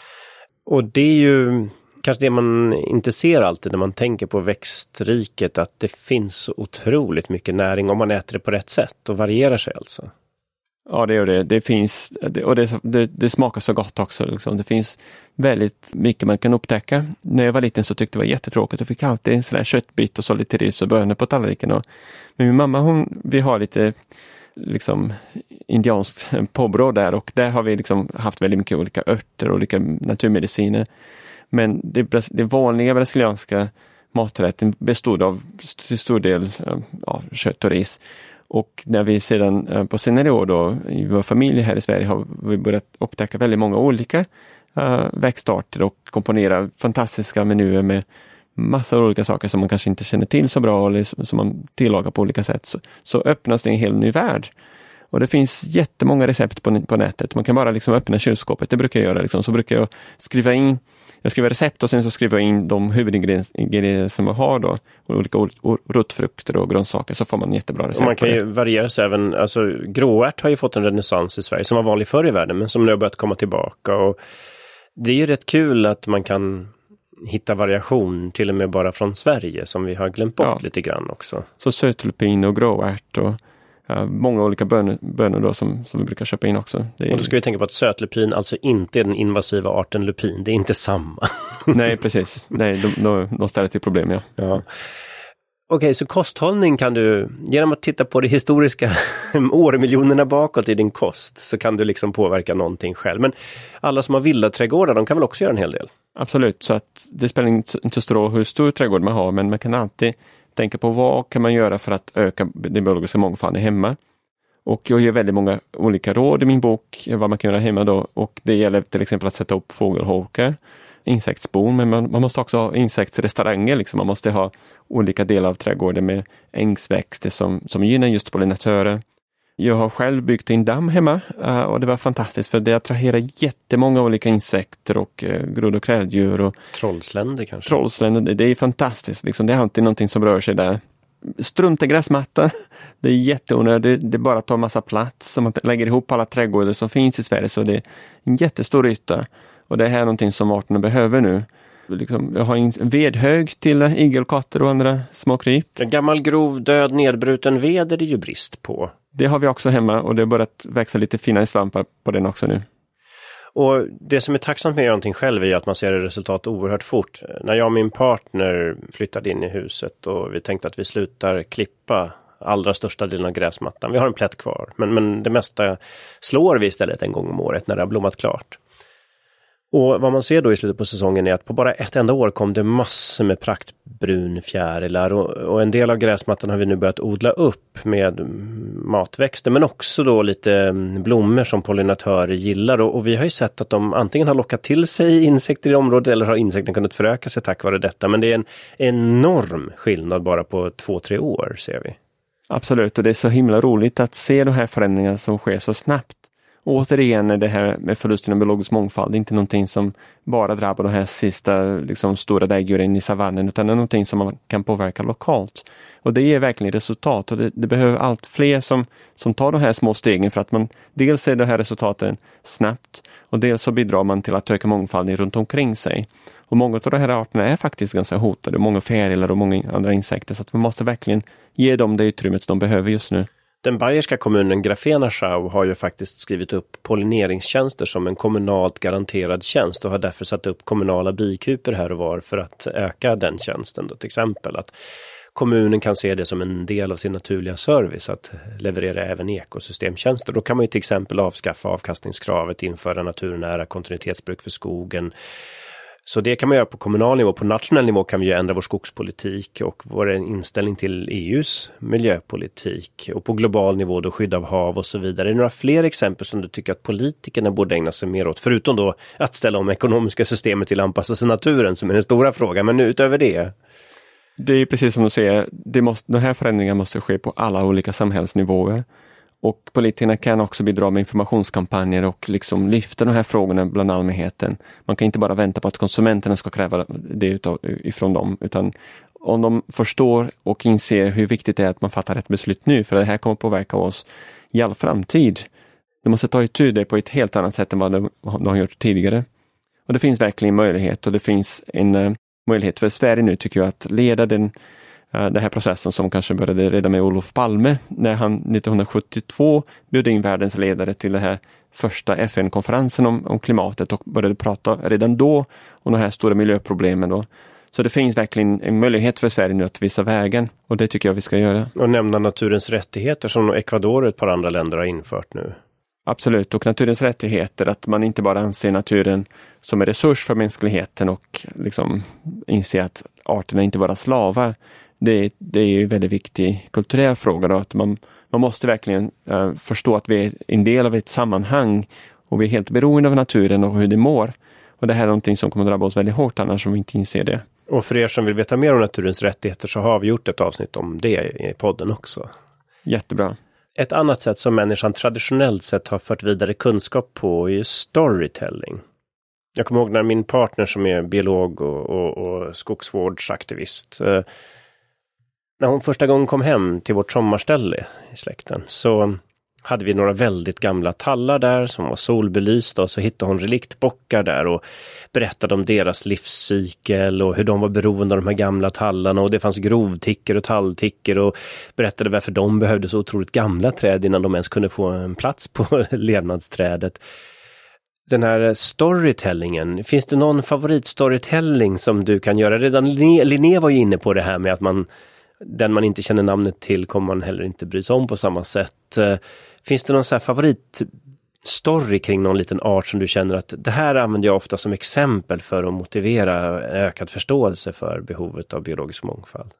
Och det är ju kanske det man inte ser alltid när man tänker på växtriket, att det finns så otroligt mycket näring om man äter det på rätt sätt och varierar sig alltså. Ja, det gör det. Det finns, och det smakar så gott också. Liksom. Det finns väldigt mycket man kan upptäcka. När jag var liten så tyckte det var jättetråkigt. Jag fick alltid en sån där köttbit och så lite ris och bönor på tallriken. Men min mamma, vi har lite liksom indianskt påbrå där, och där har vi liksom haft väldigt mycket olika örter och olika naturmediciner. Men det vanliga brasilianska maträtten bestod av till stor del kött och ris. Och när vi sedan på senare år då i vår familj här i Sverige har vi börjat upptäcka väldigt många olika växtarter och komponera fantastiska menuer med massa olika saker som man kanske inte känner till så bra eller som man tillagar på olika sätt, så öppnas det en hel ny värld. Och det finns jättemånga recept på nätet. Man kan bara liksom öppna kylskåpet, det brukar jag göra. Liksom. Så brukar jag skriver recept och sen så skriver jag in de huvudingredienser som man har då. Olika rotfrukter och grönsaker, så får man jättebra recept. Och man kan ju variera sig även, alltså gråärt har ju fått en renässans i Sverige som var vanlig förr i världen, men som nu har börjat komma tillbaka. Och det är ju rätt kul att man kan hitta variation till och med bara från Sverige som vi har glömt bort lite grann också. Så sötlupin och gråärt och många olika bönor då som vi brukar köpa in också. Och då ska vi tänka på att sötlupin alltså inte är den invasiva arten lupin. Det är inte samma. Nej, precis. Nej, de ställer till problem, ja. Okej, så kosthållning kan du, genom att titta på det historiska årmiljonerna bakåt i din kost, så kan du liksom påverka någonting själv. Men alla som har villaträdgårdar, de kan väl också göra en hel del? Absolut, så att det spelar inte så stor roll hur stor trädgård man har, men man kan alltid tänka på vad kan man göra för att öka den biologiska mångfalden hemma. Och jag ger väldigt många olika råd i min bok vad man kan göra hemma då. Och det gäller till exempel att sätta upp fågelholkar, insektsbon, men man måste också ha insektsrestauranger. Liksom. Man måste ha olika delar av trädgården med ängsväxter som gynnar just pollinatörer. Jag har själv byggt en damm hemma och det var fantastiskt för det attraherar jättemånga olika insekter och grod- och kräldjur. Och trollsländer kanske? Trollsländer, det är fantastiskt. Liksom. Det är alltid någonting som rör sig där. Struntegräsmatta, det är jätteonödigt. Det bara tar massa plats. Om man lägger ihop alla trädgårdar som finns i Sverige så det är en jättestor yta. Och det här är någonting som arterna behöver nu. Liksom, jag har en vedhög till igelkotter och andra små kryp. En gammal grov död nedbruten ved är det ju brist på. Det har vi också hemma och det har börjat växa lite fina svampar på den också nu. Och det som är tacksamt med att göra någonting själv är att man ser resultat oerhört fort. När jag och min partner flyttade in i huset och vi tänkte att vi slutar klippa allra största delen av gräsmattan. Vi har en plätt kvar, men det mesta slår vi istället en gång om året när det har blommat klart. Och vad man ser då i slutet på säsongen är att på bara ett enda år kom det massor med praktbrun fjärilar och en del av gräsmattan har vi nu börjat odla upp med matväxter men också då lite blommor som pollinatörer gillar och vi har ju sett att de antingen har lockat till sig insekter i området eller har insekten kunnat föröka sig tack vare detta, men det är en enorm skillnad bara på 2-3 år ser vi. Absolut, och det är så himla roligt att se de här förändringarna som sker så snabbt. Återigen är det här med förlusten av biologisk mångfald inte någonting som bara drabbar de här sista liksom, stora däggdjuren i savannen utan det är någonting som man kan påverka lokalt. Och det ger verkligen resultat och det behöver allt fler som tar de här små stegen för att man dels ser de här resultaten snabbt och dels så bidrar man till att öka mångfalden runt omkring sig. Och många av de här arterna är faktiskt ganska hotade, många fjärilar och många andra insekter så att man måste verkligen ge dem det utrymmet de behöver just nu. Den bayerska kommunen Grafenachau har ju faktiskt skrivit upp pollineringstjänster som en kommunalt garanterad tjänst och har därför satt upp kommunala bikuper här och var för att öka den tjänsten. Då, till exempel att kommunen kan se det som en del av sin naturliga service att leverera även ekosystemtjänster. Då kan man ju till exempel avskaffa avkastningskravet, införa naturnära kontinuitetsbruk för skogen. Så det kan man göra på kommunal nivå. På nationell nivå kan vi ju ändra vår skogspolitik och vår inställning till EUs miljöpolitik. Och på global nivå då skydd av hav och så vidare. Är det några fler exempel som du tycker att politikerna borde ägna sig mer åt? Förutom då att ställa om ekonomiska systemet till att anpassa sig naturen som är den stora frågan. Men utöver det? Det är precis som du säger. Den här förändringen måste ske på alla olika samhällsnivåer. Och politikerna kan också bidra med informationskampanjer och liksom lyfta de här frågorna bland allmänheten. Man kan inte bara vänta på att konsumenterna ska kräva det ifrån dem. Utan om de förstår och inser hur viktigt det är att man fattar rätt beslut nu. För det här kommer påverka oss i all framtid. De måste ta itu det på ett helt annat sätt än vad de har gjort tidigare. Och det finns verkligen möjlighet. Och det finns en möjlighet för Sverige nu tycker jag att leda den här processen som kanske började redan med Olof Palme när han 1972 bjöd in världens ledare till det här första FN-konferensen om klimatet och började prata redan då om de här stora miljöproblemen då. Så det finns verkligen en möjlighet för Sverige nu att visa vägen och det tycker jag vi ska göra. Och nämna naturens rättigheter som Ecuador och ett par andra länder har infört nu. Absolut, och naturens rättigheter, att man inte bara anser naturen som en resurs för mänskligheten och liksom inser att arterna inte bara slavar. Det är ju en väldigt viktig kulturell fråga då, att man måste verkligen förstå att vi är en del av ett sammanhang och vi är helt beroende av naturen och hur det mår. Och det här är någonting som kommer att drabba oss väldigt hårt annars om vi inte inser det. Och för er som vill veta mer om naturens rättigheter så har vi gjort ett avsnitt om det i podden också. Jättebra. Ett annat sätt som människan traditionellt sett har fört vidare kunskap på är storytelling. Jag kommer ihåg när min partner som är biolog och skogsvårdsaktivist, när hon första gången kom hem till vårt sommarställe i släkten så hade vi några väldigt gamla tallar där som var solbelysta och så hittade hon reliktbockar där och berättade om deras livscykel och hur de var beroende av de här gamla tallarna och det fanns grovticker och tallticker och berättade varför de behövde så otroligt gamla träd innan de ens kunde få en plats på levnadsträdet. Den här storytellingen, finns det någon favoritstorytelling som du kan göra? Redan Linné var ju inne på det här med att den man inte känner namnet till kommer man heller inte bry sig om på samma sätt. Finns det någon så här favoritstory kring någon liten art som du känner att det här använder jag ofta som exempel för att motivera ökad förståelse för behovet av biologisk mångfald?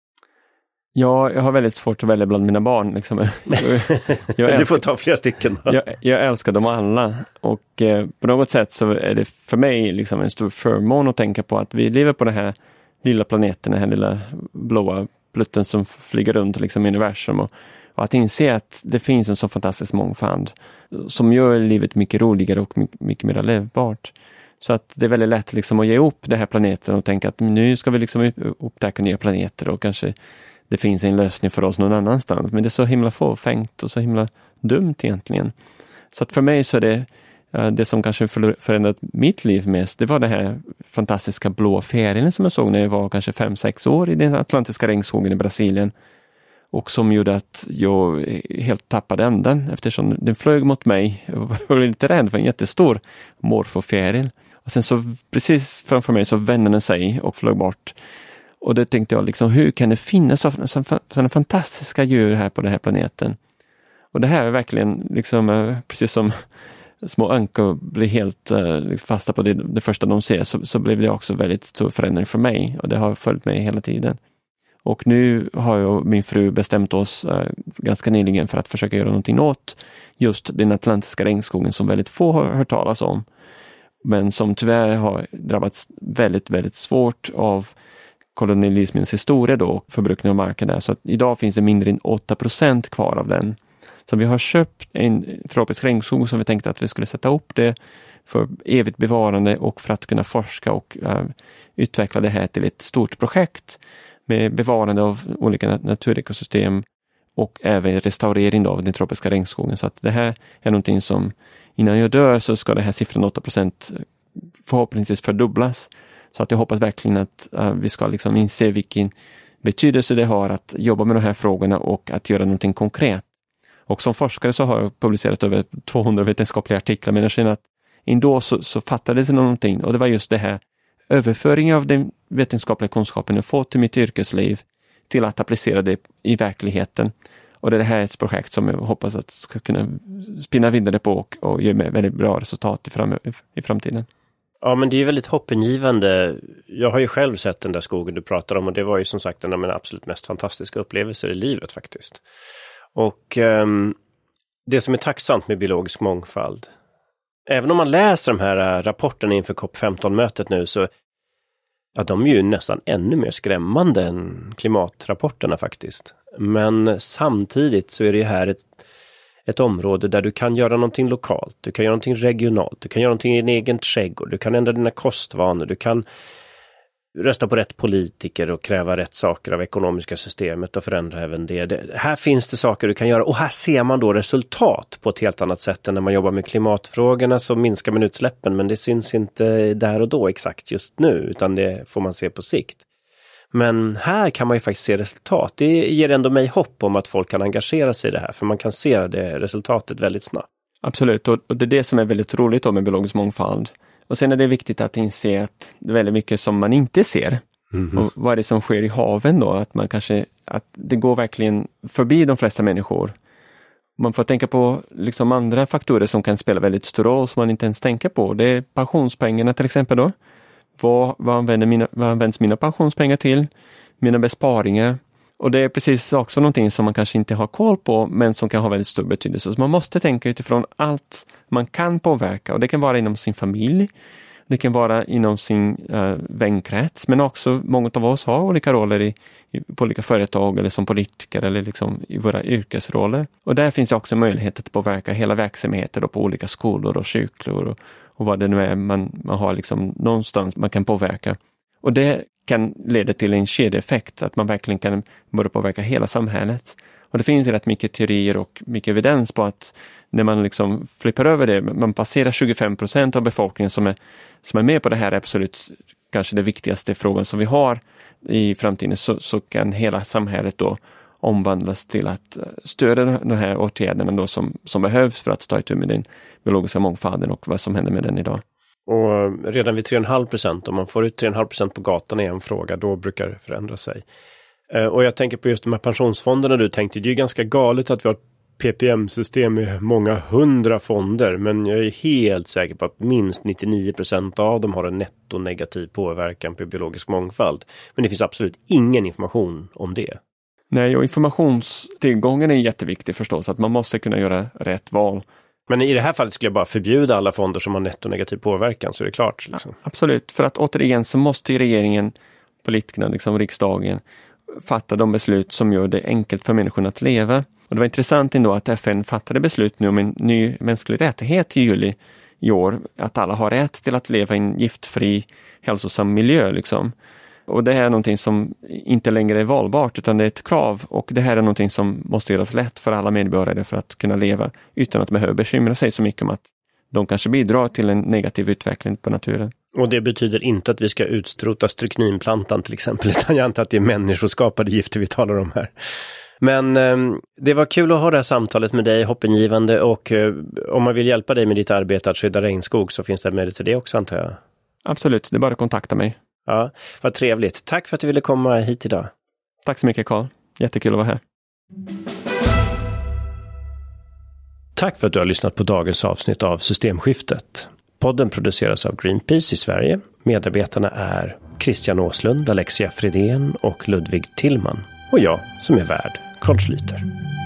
Ja, jag har väldigt svårt att välja bland mina barn. Liksom. Du får ta flera stycken. Jag älskar dem alla och på något sätt så är det för mig liksom en stor förmån att tänka på att vi lever på den här lilla planeten, den här lilla blåa plutten som flyger runt liksom i universum och att inse att det finns en så fantastisk mångfald som gör livet mycket roligare och mycket mer levbart. Så att det är väldigt lätt liksom att ge upp den här planeten och tänka att nu ska vi liksom upptäcka nya planeter och kanske det finns en lösning för oss någon annanstans. Men det är så himla fåfängt och så himla dumt egentligen. Så att för mig så är det som kanske förändrat mitt liv mest, det var det här fantastiska blå fjärilen som jag såg när jag var kanske 5-6 år i den atlantiska regnskogen i Brasilien. Och som gjorde att jag helt tappade andan eftersom den flög mot mig och var lite rädd för en jättestor morfofjäril. Och sen så precis framför mig så vände den sig och flög bort. Och det tänkte jag, liksom, hur kan det finnas sådana fantastiska djur här på den här planeten? Och det här är verkligen liksom, precis som små ankor blir helt liksom fasta på det första de ser, så blev det också väldigt stor förändring för mig. Och det har följt mig hela tiden. Och nu har jag och min fru bestämt oss ganska nyligen för att försöka göra någonting åt just den atlantiska regnskogen som väldigt få har hört talas om. Men som tyvärr har drabbats väldigt, väldigt svårt av kolonialismens historia då, och förbrukning av marken där. Så att idag finns det mindre än 8% kvar av den. Så vi har köpt en tropisk regnskog som vi tänkte att vi skulle sätta upp det för evigt bevarande och för att kunna forska och utveckla det här till ett stort projekt med bevarande av olika naturekosystem och även restaurering av den tropiska regnskogen. Så att det här är någonting som innan jag dör så ska det här siffran 8% förhoppningsvis fördubblas. Så att jag hoppas verkligen att vi ska liksom inse vilken betydelse det har att jobba med de här frågorna och att göra någonting konkret. Och som forskare så har jag publicerat över 200 vetenskapliga artiklar, men jag känner att ändå så fattades det någonting, och det var just det här överföringen av den vetenskapliga kunskapen jag fått till mitt yrkesliv till att applicera det i verkligheten. Och det här är ett projekt som jag hoppas att ska kunna spinna vidare på och ge mig väldigt bra resultat i framtiden. Ja, men det är väldigt hoppingivande. Jag har ju själv sett den där skogen du pratar om, och det var ju som sagt en av mina absolut mest fantastiska upplevelser i livet faktiskt. Och det som är tacksamt med biologisk mångfald, även om man läser de här rapporterna inför COP15-mötet nu, så ja, de är ju nästan ännu mer skrämmande än klimatrapporterna faktiskt. Men samtidigt så är det här ett område där du kan göra någonting lokalt, du kan göra någonting regionalt, du kan göra någonting i din egen trädgård, du kan ändra dina kostvanor, du kan rösta på rätt politiker och kräva rätt saker av ekonomiska systemet och förändra även det. Här finns det saker du kan göra, och här ser man då resultat på ett helt annat sätt än när man jobbar med klimatfrågorna. Så minskar man utsläppen, men det syns inte där och då exakt just nu, utan det får man se på sikt. Men här kan man ju faktiskt se resultat. Det ger ändå mig hopp om att folk kan engagera sig i det här, för man kan se det resultatet väldigt snabbt. Absolut, och det är det som är väldigt roligt då med biologisk mångfald. Och sen är det viktigt att inse att det är väldigt mycket som man inte ser. Mm-hmm. Och vad är det som sker i haven då? Att det går verkligen förbi de flesta människor. Man får tänka på liksom andra faktorer som kan spela väldigt stor roll som man inte ens tänker på. Det är pensionspengarna till exempel då. Vad används mina pensionspengar till? Mina besparingar. Och det är precis också någonting som man kanske inte har koll på, men som kan ha väldigt stor betydelse. Så man måste tänka utifrån allt man kan påverka. Och det kan vara inom sin familj, det kan vara inom sin vänkrets, men också många av oss har olika roller på olika företag eller som politiker eller liksom i våra yrkesroller. Och där finns också möjlighet att påverka hela verksamheter då, på olika skolor och kyrkor och vad det nu är man har liksom någonstans man kan påverka. Och det kan leda till en kedjeeffekt, att man verkligen kan börja påverka hela samhället. Och det finns rätt mycket teorier och mycket evidens på att när man liksom flippar över det, man passerar 25% av befolkningen som är med på det här, absolut kanske det viktigaste frågan som vi har i framtiden, så kan hela samhället då omvandlas till att stödja de här åtgärderna då som behövs för att ta itu med den biologiska mångfalden och vad som händer med den idag. Och redan vid 3,5%, om man får ut 3,5% på gatan i en fråga, då brukar det förändra sig. Och jag tänker på just de här pensionsfonderna du tänkte, det är ju ganska galet att vi har ett PPM-system med många 100 fonder, men jag är helt säker på att minst 99% av dem har en nettonegativ påverkan på biologisk mångfald. Men det finns absolut ingen information om det. Nej, och informationstillgången är jätteviktig förstås, att man måste kunna göra rätt val. Men i det här fallet skulle jag bara förbjuda alla fonder som har nettonegativ påverkan, så är det klart. Liksom. Ja, absolut, för att återigen så måste regeringen, politikerna, liksom riksdagen, fatta de beslut som gör det enkelt för människorna att leva. Och det var intressant ändå att FN fattade beslut nu om en ny mänsklig rättighet i juli i år, att alla har rätt till att leva i en giftfri, hälsosam miljö liksom. Och det här är någonting som inte längre är valbart, utan det är ett krav, och det här är någonting som måste göras lätt för alla medborgare för att kunna leva utan att behöva bekymra sig så mycket om att de kanske bidrar till en negativ utveckling på naturen. Och det betyder inte att vi ska utstrota strykninplantan till exempel, utan jag antar att det är människoskapade gifter vi talar om här. Men det var kul att ha det här samtalet med dig, hoppingivande, och om man vill hjälpa dig med ditt arbete att skydda regnskog så finns det möjlighet till det också, antar jag. Absolut, det är bara att kontakta mig. Ja, vad trevligt. Tack för att du ville komma hit idag. Tack så mycket, Carl. Jättekul att vara här. Tack för att du har lyssnat på dagens avsnitt av Systemskiftet. Podden produceras av Greenpeace i Sverige. Medarbetarna är Christian Åslund, Alexia Fredén och Ludvig Tillman. Och jag som är värd, Carl Schlüter.